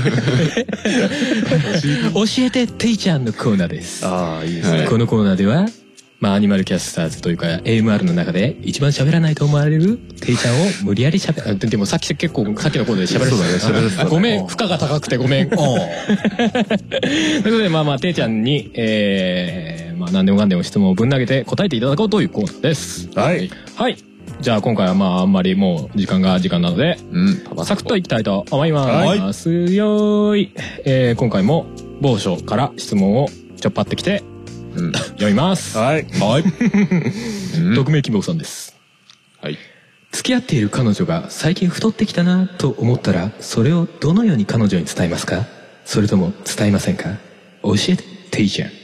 [SPEAKER 2] 教えて、デイちゃんのコーナーです。
[SPEAKER 3] ああ、いいですね。
[SPEAKER 2] このコーナーでは、まあ、アニマルキャスターズというか、AMR の中で一番喋らないと思われるデイちゃんを無理やり喋る。でもさっき結構、さっきのコーナーで喋れてたね。ごめん、負荷が高くてごめん。ということで、まあまあ、デイちゃんに、まあ、何でもかんでも質問をぶん投げて答えていただこうというコーナーです。
[SPEAKER 3] はい。
[SPEAKER 2] はい。じゃあ今回はまああんまりもう時間なので、サクッといきたいと思います。よーい。今回も某所から質問をちょっぱってきて、読みます。
[SPEAKER 3] はい。
[SPEAKER 2] 匿名希望さんです。
[SPEAKER 5] はい。
[SPEAKER 2] 付き合っている彼女が最近太ってきたなと思ったら、それをどのように彼女に伝えますか？それとも伝えませんか？教えて、テイちゃん。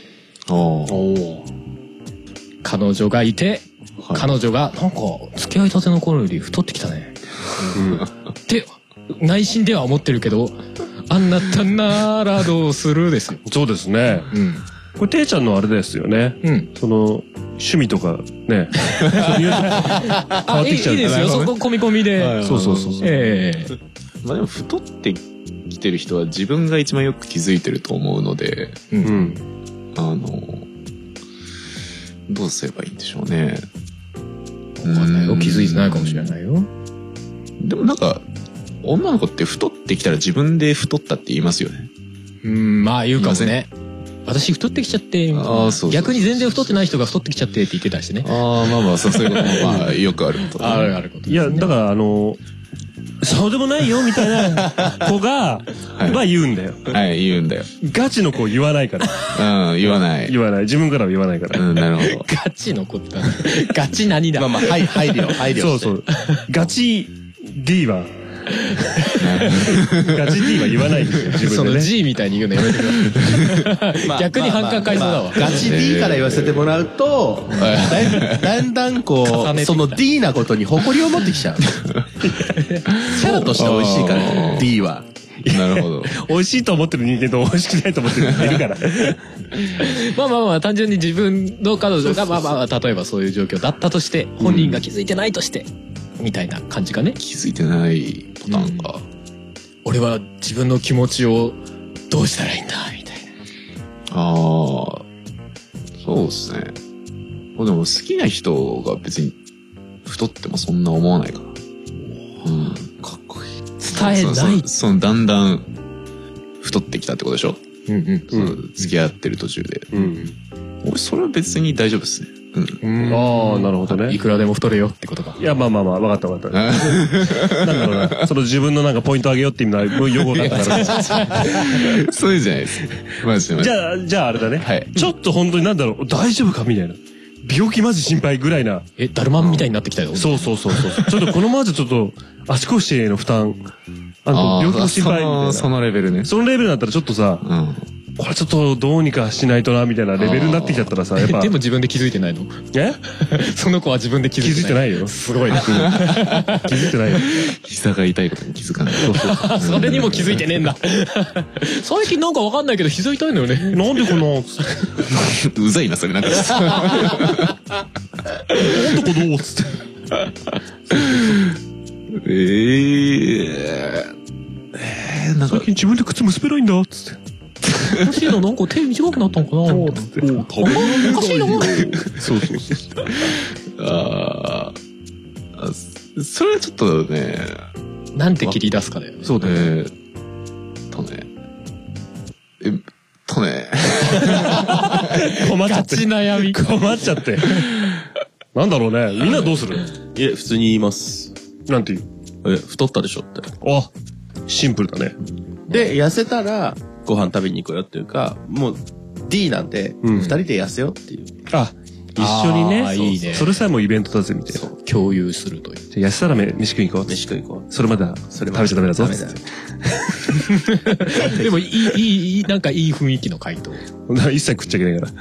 [SPEAKER 2] 彼女がいて、彼女がなんか付き合いたての頃より太ってきたね。って内心では思ってるけど、あんなったんならどうするですよ。
[SPEAKER 3] そうですね。これていちゃんのあれですよね。その趣味とかね。変わってきちゃう。
[SPEAKER 2] いいですよ。そこ込み込みで。
[SPEAKER 3] そう。
[SPEAKER 5] まあでも太ってきてる人は自分が一番よく気づいてると思うので、どうすればいいんでしょうね。
[SPEAKER 2] わかんないよ。気づいてないかもしれないよ。
[SPEAKER 5] でもなんか女の子って太ってきたら自分で太ったって言いますよね。
[SPEAKER 2] まあ言うかもね。 私太ってきちゃって、逆に全然太ってない人が太ってきちゃってって言ってたりしてね。
[SPEAKER 5] そういうこともまあよくあること。
[SPEAKER 2] あること。
[SPEAKER 3] いや、だからそうでもないよみたいな子が言うんだよ。
[SPEAKER 5] はい、言うんだよ。
[SPEAKER 3] ガチの子言わないから。
[SPEAKER 5] 言わない。
[SPEAKER 3] 言わない。自分からは言わないから。
[SPEAKER 5] なるほど。
[SPEAKER 2] ガチの子ってガチ何だ。
[SPEAKER 5] 配慮。
[SPEAKER 3] そうそう。ガチ D は。ガチ D は言わないんですよ、自分でね。
[SPEAKER 2] その G みたいに言うのやめてください。逆に反感買いそうだわ。
[SPEAKER 4] ガチ D から言わせてもらうと、だんだんその D なことに誇りを持ってきちゃう。キャラとして美味しいから、D は。
[SPEAKER 5] なるほど。
[SPEAKER 3] 美味しいと思ってる人間と美味しくないと思ってる人いるから。
[SPEAKER 2] まあ、単純に自分の彼女が、例えばそういう状況だったとして、本人が気づいてないとして、みたいな感じかね。
[SPEAKER 5] 気づいてないパターンか。
[SPEAKER 2] 俺は自分の気持ちをどうしたらいいんだみたいな。
[SPEAKER 5] そうですね。でも好きな人が別に太ってもそんな思わないから。
[SPEAKER 2] かっこいい。伝えない。
[SPEAKER 5] だんだん太ってきたってことでしょ。付き合ってる途中で。俺それは別に大丈夫ですね。
[SPEAKER 3] なるほどね。
[SPEAKER 2] いくらでも太れよってことか。
[SPEAKER 3] いや、まあ、わかった。なんだろうな。その自分のなんかポイント上げようって意味のは、よくわかったから。
[SPEAKER 5] そういうじゃないです。マジで。
[SPEAKER 3] じゃああれだね。はい。ちょっと本当になんだろう、大丈夫かみたいな。病気マジ心配ぐらいな。
[SPEAKER 2] ダルマンみたいになってきたよ。
[SPEAKER 3] そう。ちょっとこのままじゃちょっと、足腰への負担。病気の心配みたいな。
[SPEAKER 5] そのレベルね。
[SPEAKER 3] そのレベルだったらちょっとさ、これちょっとどうにかしないとなみたいなレベルになってきちゃったらさ、やっぱ。
[SPEAKER 2] でも自分で気づいてないの？その子は自分で気づいてないよ。すごいな。気
[SPEAKER 3] づいてないよ。
[SPEAKER 5] 膝が痛いことに気づかない。
[SPEAKER 2] それにも気づいてねえんだ。最近なんかわかんないけど膝痛いのよね。
[SPEAKER 3] なんでこの
[SPEAKER 5] うざいなそれなんか。
[SPEAKER 3] なんでこのつって。なんか最近自分で靴結べないんだつって。
[SPEAKER 2] おかしいな、なんか手短くなったのかなおかしいな。
[SPEAKER 3] そう。
[SPEAKER 5] それはちょっとね。
[SPEAKER 2] なんて切り出すかだよね。
[SPEAKER 3] そうだね。困っちゃって。
[SPEAKER 2] ガチ悩み。
[SPEAKER 3] 困っちゃって。なんだろうね。みんなどうする？
[SPEAKER 4] 普通に言います。
[SPEAKER 3] なんて言う？
[SPEAKER 4] 太ったでしょって。
[SPEAKER 3] シンプルだね。
[SPEAKER 4] で、痩せたら、ご飯食べに行こうよっていうか、もう D なんで、二人で痩せようっていう。
[SPEAKER 3] 一緒にね。いいね。それさえもイベントだぜみたいな。
[SPEAKER 2] 共有するという。
[SPEAKER 3] 痩せたら飯食い行こう。
[SPEAKER 4] 飯食い行こう。
[SPEAKER 3] それまで食べちゃダメだぞ。
[SPEAKER 2] でもなんかいい雰囲気の回答。
[SPEAKER 3] 一切食っちゃいけないから。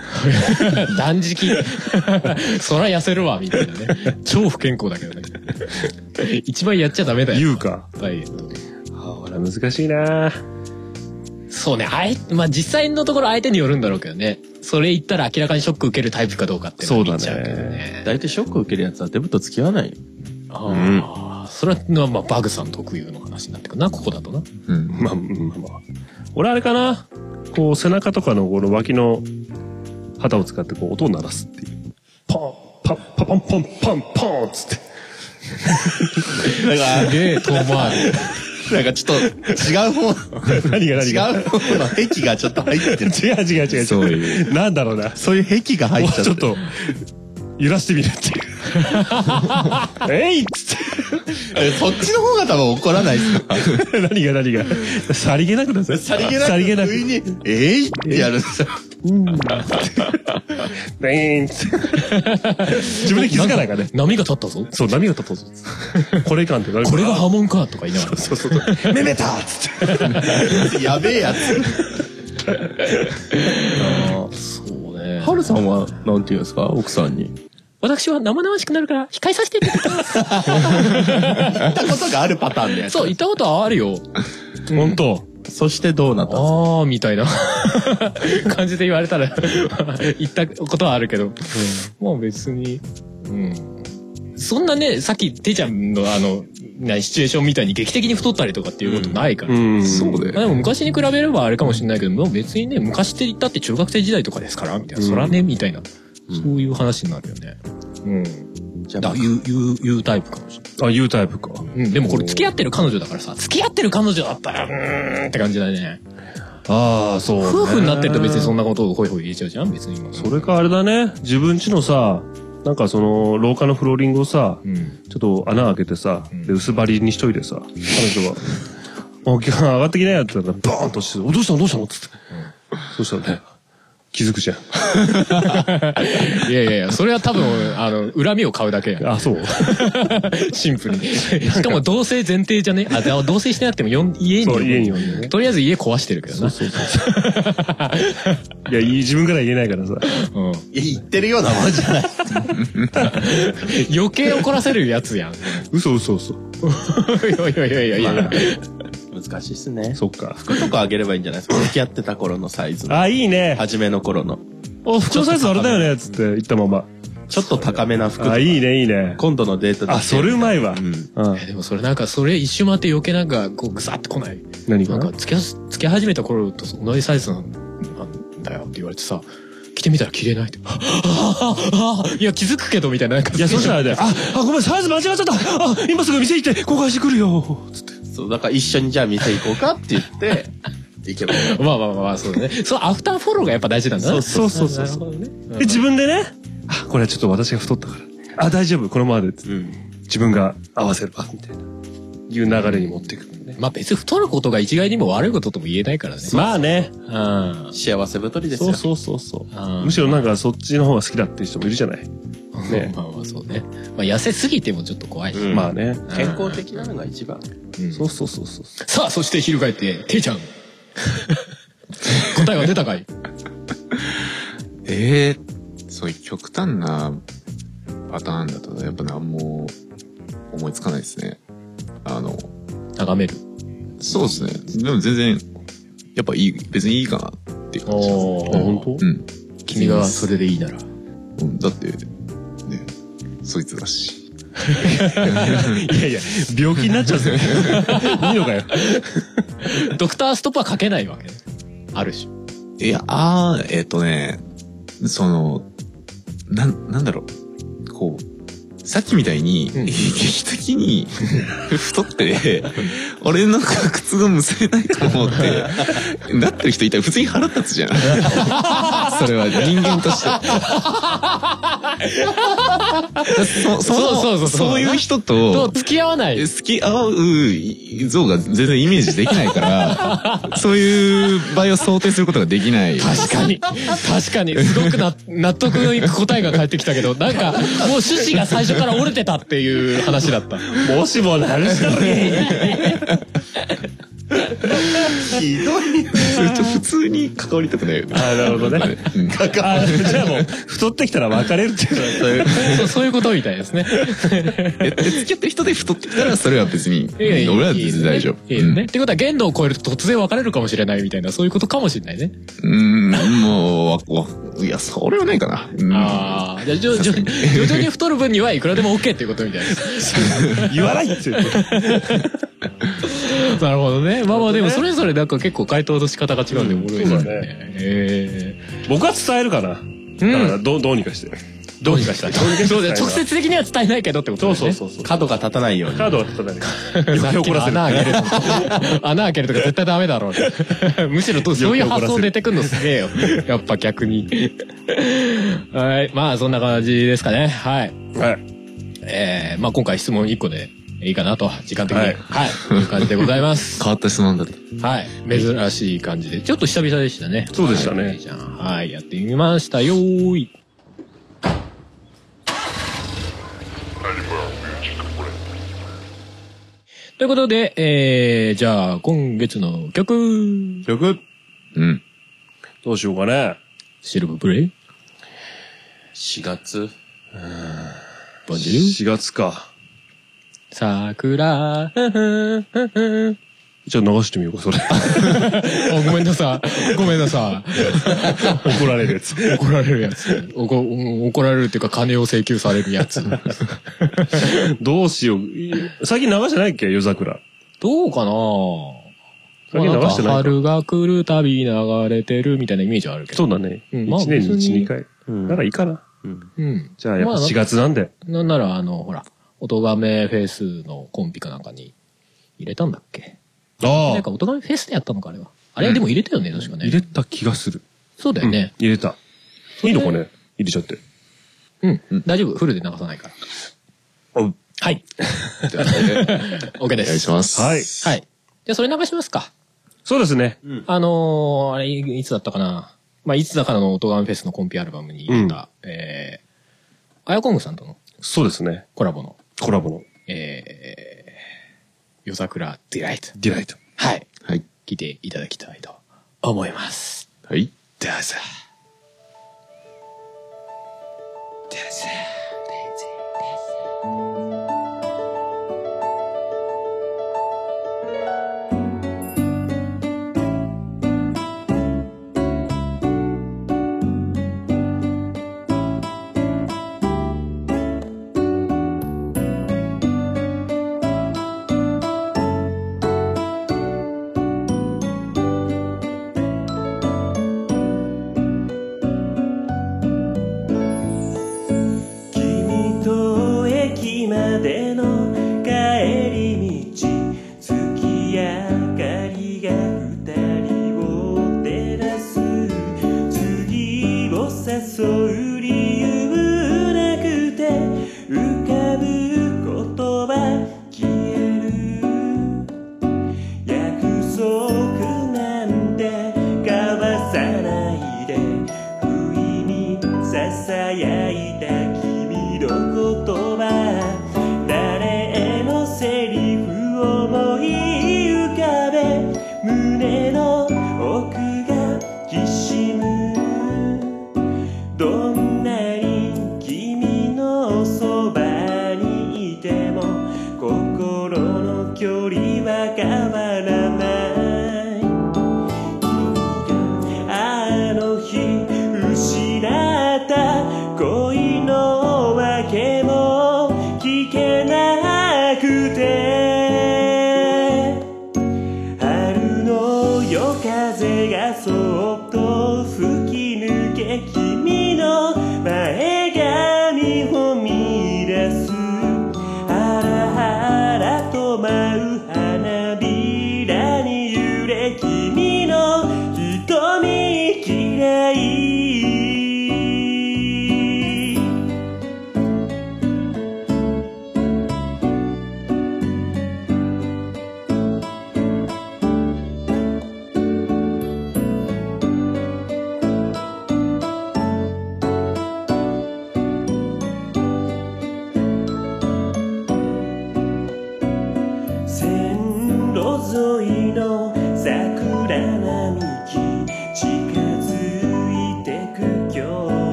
[SPEAKER 2] 断食。そら痩せるわ、みたいなね。超不健康だけどね。一番やっちゃダメだよ。
[SPEAKER 3] 言うか。
[SPEAKER 2] ダイエットで。
[SPEAKER 3] ほら、難しいな。
[SPEAKER 2] そうね、実際のところ相手によるんだろうけどね。それ言ったら明らかにショック受けるタイプかどうかって
[SPEAKER 3] そうだね。
[SPEAKER 4] 大体ショック受けるやつはデブと付き合わない。
[SPEAKER 2] それはバグさん特有の話になってくるな、ここだとな。
[SPEAKER 3] まあ。俺あれかな。こう背中とかのこの脇の旗を使ってこう音を鳴らすっていう。ポン、パンパンパンパンパンつって。
[SPEAKER 2] すげえ遠回り。
[SPEAKER 4] なんかちょっと違う方
[SPEAKER 3] 何が
[SPEAKER 4] 違う方の癖がちょっと入ってる。
[SPEAKER 3] 違う。そういう。なんだろうな。
[SPEAKER 4] そういう癖が入っちゃって。
[SPEAKER 3] ちょっと揺らしてみるっていう。えいっつって。
[SPEAKER 4] そっちの方が多分怒らないですか。
[SPEAKER 3] 何がさりげなください。
[SPEAKER 4] さりげなく上にえいってやるんですよ。
[SPEAKER 3] 自分で気づかないからね。
[SPEAKER 2] 波が立ったぞ。
[SPEAKER 3] そう、波が立ったぞ。これかんってなる。
[SPEAKER 2] これが波紋かとか言いながら。
[SPEAKER 3] そう。めめたっつ
[SPEAKER 4] って。やべえやつ。
[SPEAKER 2] そうね。
[SPEAKER 4] はるさんはなんて言うんですか、奥さんに。
[SPEAKER 2] 私は生々しくなるから控えさせていただきます。
[SPEAKER 4] 言ったことがあるパターンで。
[SPEAKER 2] そう、言ったことはあるよ。
[SPEAKER 3] 本当。
[SPEAKER 4] そしてどうなったんですか？
[SPEAKER 2] みたいな感じで言われたら言ったことはあるけど、もう別に、そんなね、さっきてちゃんのシチュエーションみたいに劇的に太ったりとかっていうことないから。
[SPEAKER 5] そうだよ。
[SPEAKER 2] でも昔に比べればあれかもしれないけど、もう別にね、昔って言ったって中学生時代とかですからみたいな、そらねみたいな、そういう話になるよね。じゃあ言うタイプかもしれない。
[SPEAKER 3] 言うタイプか。
[SPEAKER 2] でもこれ付き合ってる彼女だからさ、付き合ってる彼女だったらって感じだね。
[SPEAKER 3] ああ、そう、ね。
[SPEAKER 2] 夫婦になってると別にそんなことをホイホイ入れちゃうじゃん、別に。
[SPEAKER 3] それかあれだね。自分家のさ、なんかその、廊下のフローリングをさ、ちょっと穴開けてさ、で薄張りにしといてさ、彼女が、お今日上がってきなよって言ったら、バーンとして、どうしたのどうしたのっつって。そしたらね、気づくじゃん。
[SPEAKER 2] いやいやいや、それは多分、恨みを買うだけや。
[SPEAKER 3] あ、そう
[SPEAKER 2] シンプルに。しかも同棲前提じゃねあ、同棲してなくても家に呼んでね。とりあえず家壊してるけどな。そう。
[SPEAKER 3] いや、自分から言えないからさ。
[SPEAKER 4] 言ってるようなもんじゃない。
[SPEAKER 2] 余計怒らせるやつやん。
[SPEAKER 3] 嘘。いや。
[SPEAKER 4] 難しいっすね。
[SPEAKER 3] そっか。
[SPEAKER 4] 服とかあげればいいんじゃないですか。付き合ってた頃のサイズ。
[SPEAKER 3] あ、いいね。
[SPEAKER 4] 初めの頃の。
[SPEAKER 3] 服のサイズあれだよね、つって言ったまま。
[SPEAKER 4] ちょっと高めな服とか。
[SPEAKER 3] あ、いいね。
[SPEAKER 4] 今度のデートで。
[SPEAKER 3] あ、それうまいわ。
[SPEAKER 2] でもそれなんか、それ一周回って余計なんか、こう、ぐさってこない。
[SPEAKER 3] 何か
[SPEAKER 2] なんか、付き合い始めた頃と同じサイズなんだよって言われてさ、着てみたら着れないって。いや、気づくけど、みたいな。
[SPEAKER 3] いや、そしたらあれだよ。ごめん、サイズ間違っちゃった。今すぐ店行って交換してくるよ。つって。
[SPEAKER 4] そう、だから一緒にじゃあ店行こうかって言って、行けばいい。
[SPEAKER 2] まあ、そうね。そう、アフターフォローがやっぱ大事なんだな。
[SPEAKER 3] そう。で、自分でね、これはちょっと私が太ったから。大丈夫、このままで。自分が合わせるわ、みたいな。いう流れに持っていく。
[SPEAKER 2] まあ別に太ることが一概にも悪いこととも言えないからね。
[SPEAKER 3] まあね。
[SPEAKER 4] 幸せ太りですよ。
[SPEAKER 3] そう。むしろなんかそっちの方が好きだっていう人もいるじゃない。
[SPEAKER 2] ね。まあそうね。まあ痩せすぎてもちょっと怖いし。
[SPEAKER 3] まあね。
[SPEAKER 4] 健康的なのが一番。
[SPEAKER 3] そう。
[SPEAKER 2] さあ、そして翻って、ていちゃん。答えは出たかい？
[SPEAKER 5] そういう極端なパターンだとやっぱ何も思いつかないですね。
[SPEAKER 2] 眺める。
[SPEAKER 5] そうですね。でも全然、やっぱ別にいいかなっていう感じです。
[SPEAKER 3] 本当？
[SPEAKER 2] 君がそれでいいなら。
[SPEAKER 5] だって、ね、そいつだし。
[SPEAKER 3] いや、病気になっちゃうぜ。いいのかよ。
[SPEAKER 2] ドクターストップはかけないわけね。ある種。
[SPEAKER 5] いや、なんだろう。こう、さっきみたいに、劇的に太って俺なんか靴が結べないと思ってなってる人いたら普通に腹立つじゃん。それは人間としてそういう人と
[SPEAKER 2] 付き合わない。
[SPEAKER 5] 付き合う像が全然イメージできないからそういう場合を想定することができない。
[SPEAKER 2] 確かにすごく納得のいく答えが返ってきたけど、なんかもう趣旨が最初から折れてたっていう話だった。
[SPEAKER 3] もしもなる人に
[SPEAKER 4] ひどい。
[SPEAKER 5] 普通に関わりたくないよね。
[SPEAKER 3] なるほどね。じゃあもう太ってきたら別れるっていう
[SPEAKER 2] そういうことみたいですね。
[SPEAKER 5] 付き合ってる人で太ってきたらそれは別に俺は別に大丈夫。
[SPEAKER 2] ってことは限度を超えると突然別れるかもしれないみたいな、そういうことかもしれないね。
[SPEAKER 5] もういやそれはないかな。
[SPEAKER 2] ああ、じゃあ徐々に太る分にはいくらでも OK っていうことみたいです。
[SPEAKER 3] 言わないって言って。
[SPEAKER 2] なるほどね。まあでもそれぞれなんか結構回答の仕方が違うんでおもろいですね。
[SPEAKER 3] 僕は伝えるかな。だからどうにかして。
[SPEAKER 2] どうにかしたい。直接的には伝えないけどってことですね。
[SPEAKER 3] そう。
[SPEAKER 4] 角が立たないように。
[SPEAKER 3] 角が立たない。余計怒らせる。
[SPEAKER 2] 穴開けるとか絶対ダメだろう。むしろそういう発想出てくんのすげえよ。やっぱ逆に。はい。まあそんな感じですかね。はい。まあ今回質問1個でいいかなと、時間的に。はい。という感じでございます。
[SPEAKER 5] 変わった質問だった。
[SPEAKER 2] はい。珍しい感じで。ちょっと久々でしたね。
[SPEAKER 3] そうでしたね。
[SPEAKER 2] はい。やってみましたよーい。ということで、じゃあ、今月の曲。
[SPEAKER 3] どうしようかね。
[SPEAKER 2] シルブプレイ
[SPEAKER 4] 4月
[SPEAKER 2] ボンジュ
[SPEAKER 3] 4月か。
[SPEAKER 2] 桜。
[SPEAKER 3] じゃあ流してみようか、それ。
[SPEAKER 2] ごめんなさい。
[SPEAKER 3] 怒られるやつ。
[SPEAKER 2] 怒られるやつ。怒られるっていうか金を請求されるやつ。
[SPEAKER 3] どうしよう。最近流してないっけ、夜桜。
[SPEAKER 2] どうかな。最近流してないか。春が来るたび流れてるみたいなイメージはあるけど。
[SPEAKER 3] そうだね。1年に1、2回。ならいいかな。じゃあやっぱ4月なんで。
[SPEAKER 2] なんならほら、音亀フェスのコンピかなんかに入れたんだっけ。なんか音亀フェスでやったのかあれは。 あれでも入れたよね、確かね。
[SPEAKER 3] 入れた気がする。
[SPEAKER 2] そうだよね。
[SPEAKER 3] 入れた。いいのかね入れちゃって。
[SPEAKER 2] うん。大丈夫。フルで流さないから。はい。OK です。
[SPEAKER 5] お願いします。
[SPEAKER 3] はい。
[SPEAKER 2] はい。じゃあそれ流しますか。
[SPEAKER 3] そうですね。
[SPEAKER 2] あれ、いつだったかな。まあ、いつだかのオトガメフェスのコンピアルバムに入れた、アヤコングさんとの。
[SPEAKER 3] そうですね。
[SPEAKER 2] コラボの。夜桜ディライト。はい。
[SPEAKER 5] はい。
[SPEAKER 2] 聞いていただきたいと思います。
[SPEAKER 5] はい。
[SPEAKER 2] どうぞ。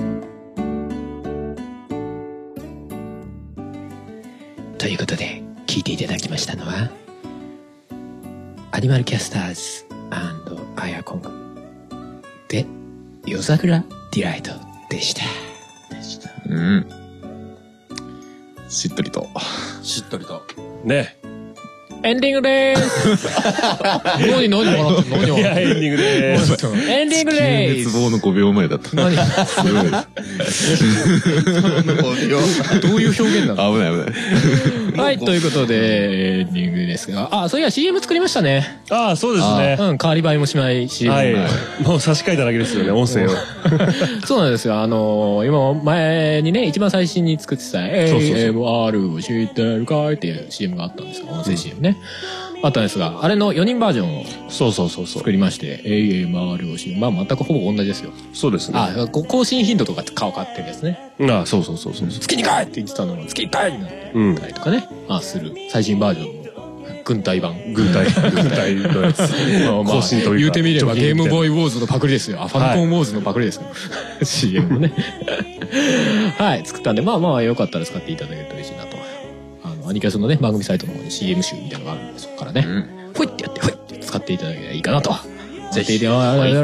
[SPEAKER 2] 聞聞いていただきましたのはアニマルキャスターズ&アヤコングで夜桜ディライトでした。
[SPEAKER 5] うん。しっとりと。
[SPEAKER 4] しっとりと。
[SPEAKER 3] ね。
[SPEAKER 2] エンディングでーす。何笑ってんの？
[SPEAKER 3] いや、エンディングでーす。
[SPEAKER 2] エンディングでーす。
[SPEAKER 5] 絶望の5秒前だった。
[SPEAKER 2] 何？どういう表現なの？
[SPEAKER 5] 危ない危ない。
[SPEAKER 2] はい、ということで、エンディングですが、そういや CM 作りましたね。
[SPEAKER 3] ああ、そうですね。
[SPEAKER 2] うん、変わり映えもしない CM。はい。
[SPEAKER 3] もう差し替えただけですよね、音声を。
[SPEAKER 2] そうなんですよ。今、前にね、一番最新に作ってた、AMR を知ってるかいっていう CM があったんですよ。音声 CM ね。あったんですが、あれの4人バージョンを作りまして、AMR を知る。まあ全くほぼ同じですよ。
[SPEAKER 3] そうですね。
[SPEAKER 2] 更新頻度とか顔変わってるですね。
[SPEAKER 3] そう。
[SPEAKER 2] 月2回って言ってたのが月1回になってたりとかね。する。最新バージョンの軍隊版。軍隊のやつ。更新というか。言うてみればゲームボーイウォーズのパクリですよ。ファミコンウォーズのパクリですよ。CM もね。はい、作ったんで、まあよかったら使っていただけると嬉しいなと。アニキャスのね、番組サイトの方に CM 集みたいなのがあるんで、そこからね、ほいってやって、ほいって使っていただければいいかなと。ぜひ、はい。はい。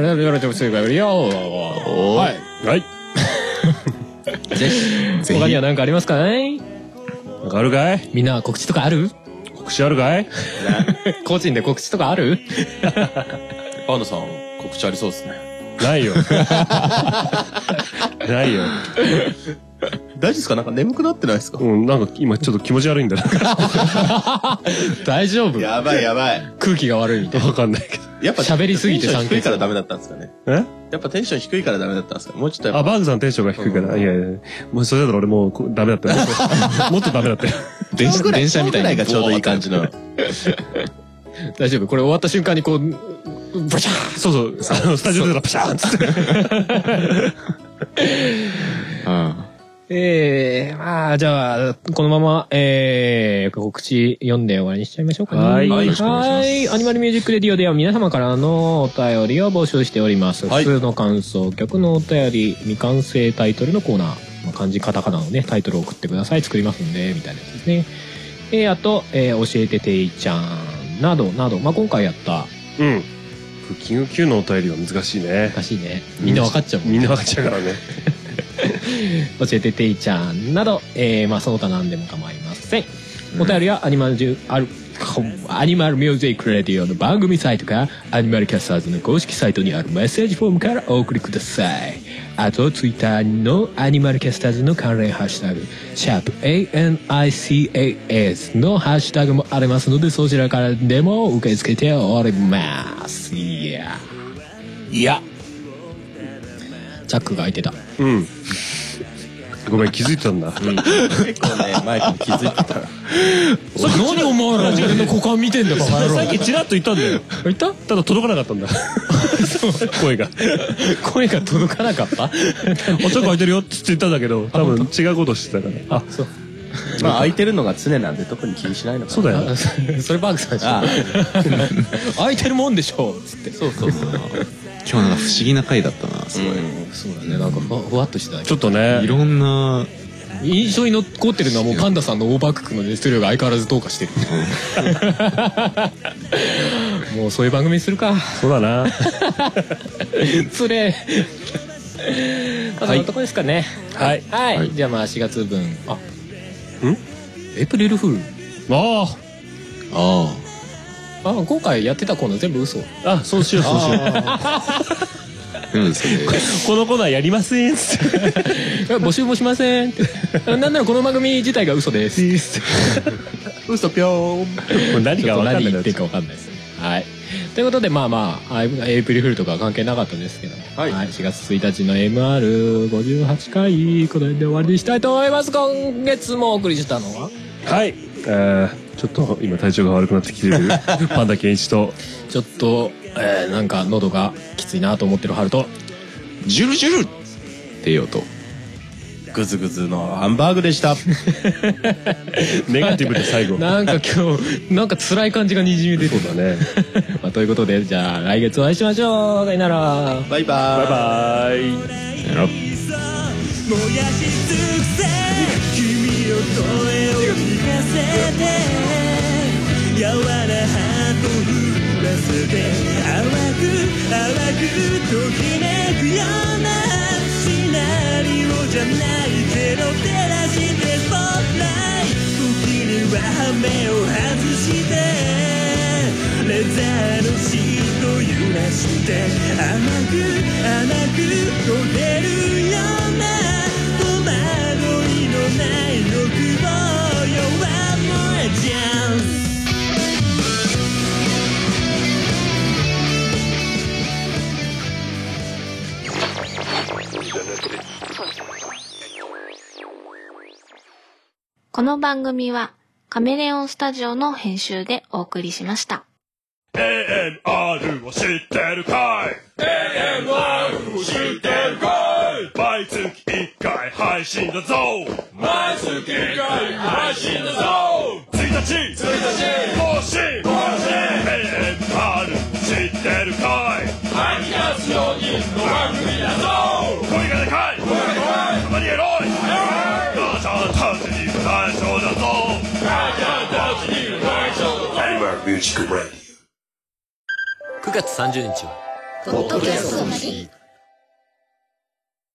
[SPEAKER 2] ぜひ。他には何かありますかね？
[SPEAKER 3] なんかあるかい？
[SPEAKER 2] みんな告知とかある？
[SPEAKER 3] 告知あるかい？
[SPEAKER 2] 個人で告知とかある？
[SPEAKER 4] パンダさん、告知ありそうですね。
[SPEAKER 3] ないよ。ないよ。
[SPEAKER 4] 大丈夫ですか？なんか眠くなってないですか？
[SPEAKER 3] なんか今ちょっと気持ち悪いんだな。
[SPEAKER 2] 大丈夫？
[SPEAKER 4] やばい。
[SPEAKER 2] 空気が悪いみたいな。
[SPEAKER 3] わかんないけど。
[SPEAKER 2] やっぱ喋りすぎて
[SPEAKER 4] テンション低いからダメだったんですかね。やっぱテンション低いからダメだったんですか？もうちょっと
[SPEAKER 3] バーグさんテンションが低いから。いや、もうそれだったら俺もうダメだった。もっとダメだったよ。
[SPEAKER 5] 電車みたい
[SPEAKER 4] ながちょうどいい感じの。
[SPEAKER 2] 大丈夫？これ終わった瞬間にこう、ブシャーン。
[SPEAKER 3] そう、スタジオでブシャーンつって。
[SPEAKER 2] まあ、じゃあ、このまま、告知読んで終わりにしちゃいましょうかね。
[SPEAKER 3] はい。
[SPEAKER 2] アニマルミュージックレディオでは皆様からのお便りを募集しております。普通の感想、曲のお便り、未完成タイトルのコーナー、漢字カタカナのね、タイトルを送ってください。作りますんで、みたいなやつですね。あと、教えてていちゃん、など、まあ今回やった、
[SPEAKER 3] クッキング Q のお便りは難しいね。
[SPEAKER 2] 難しいね。みんな分かっちゃうもん。
[SPEAKER 3] みんな分かっちゃうからね。
[SPEAKER 2] 教えてていちゃんなど、まあその他何でも構いません。お便りはアニマルミュージックレディオの番組サイトかアニマルキャスターズの公式サイトにあるメッセージフォームからお送りください。あとツイッターのアニマルキャスターズの関連ハッシュタグ#ANICAS のハッシュタグもありますので、そちらからでも受け付けております。いやチャックが開いてた。
[SPEAKER 3] ごめん、気づいてたんだ。
[SPEAKER 4] 結構ね、マイクに気づいてた。
[SPEAKER 2] 何お前ら自分の股間見てんだよ、
[SPEAKER 3] さっきチラッと言ったんだよ。
[SPEAKER 2] 言った？
[SPEAKER 3] ただ届かなかったんだ。声が
[SPEAKER 2] 届かなかった？
[SPEAKER 3] おチャック開いてるよって言ったんだけど、多分違うことしてたから。
[SPEAKER 2] そう。
[SPEAKER 4] まあ開いてるのが常なんで特に気にしないのかな。
[SPEAKER 3] そうだよ。
[SPEAKER 2] それバーグさんでしょ。開いてるもんでしょつって。
[SPEAKER 4] そう。
[SPEAKER 5] 今日なんか不思議な回だったな、すごい。
[SPEAKER 2] そうだね、なんかふわっとしてた。
[SPEAKER 3] ちょっとね。
[SPEAKER 5] いろんな
[SPEAKER 2] 印象に残ってるのはもうパンダさんのオーバークックの熱量が相変わらずどうかしてる。もうそういう番組にするか。
[SPEAKER 3] そうだな。
[SPEAKER 2] それ。そんなとこですかね。はい。じゃあまあ4月分。エイプリルフール。今回やってたコーナー全部嘘。
[SPEAKER 3] そうしよう。このコーナーやりませんっつって
[SPEAKER 2] 募集もしませんって。なんならこの番組自体が嘘です。
[SPEAKER 4] 嘘ぴょーん。
[SPEAKER 3] 何が分かんない。
[SPEAKER 2] 何言ってるか分かんないですね。はい。ということでまあエイプリルフールとかは関係なかったですけども、4月1日の MR58 回この辺で終わりにしたいと思います。今月もお送りしたのは
[SPEAKER 3] ちょっと今体調が悪くなってきてるパンダケンイチと
[SPEAKER 2] ちょっとなんか喉がきついなと思ってるハルと
[SPEAKER 5] ジュルジュルってよと
[SPEAKER 4] グズグズのハンバーグでした。
[SPEAKER 3] ネガティブで最後
[SPEAKER 2] なんか今日なんか辛い感じがにじみ出て
[SPEAKER 3] そうだね。
[SPEAKER 2] ということでじゃあ来月お会いしましょう。さよなら。
[SPEAKER 4] バイバイ。
[SPEAKER 3] 燃やし尽くせ君の声を聞かせて
[SPEAKER 6] わなハート震わせて淡くときめくようなシナリオじゃないけど照らしてスポットライト時には羽目を外してレザーのシート揺らして甘く焦げるような戸惑いのない欲望よOne more chance
[SPEAKER 7] この番組はカメレオンスタジオの編集でお送りしました。
[SPEAKER 6] AMR を知ってるかい AMR を知ってるかい毎月1回配信だぞ毎月1回配信だぞ1日更新 AMR 知ってるかい吐き出すようにの番組だぞ声がでかいたまにエロいガチャンたちに大将だぞガチャンたちに大将だぞ AMR ミュージックレディ9月30日はポッドキャストの日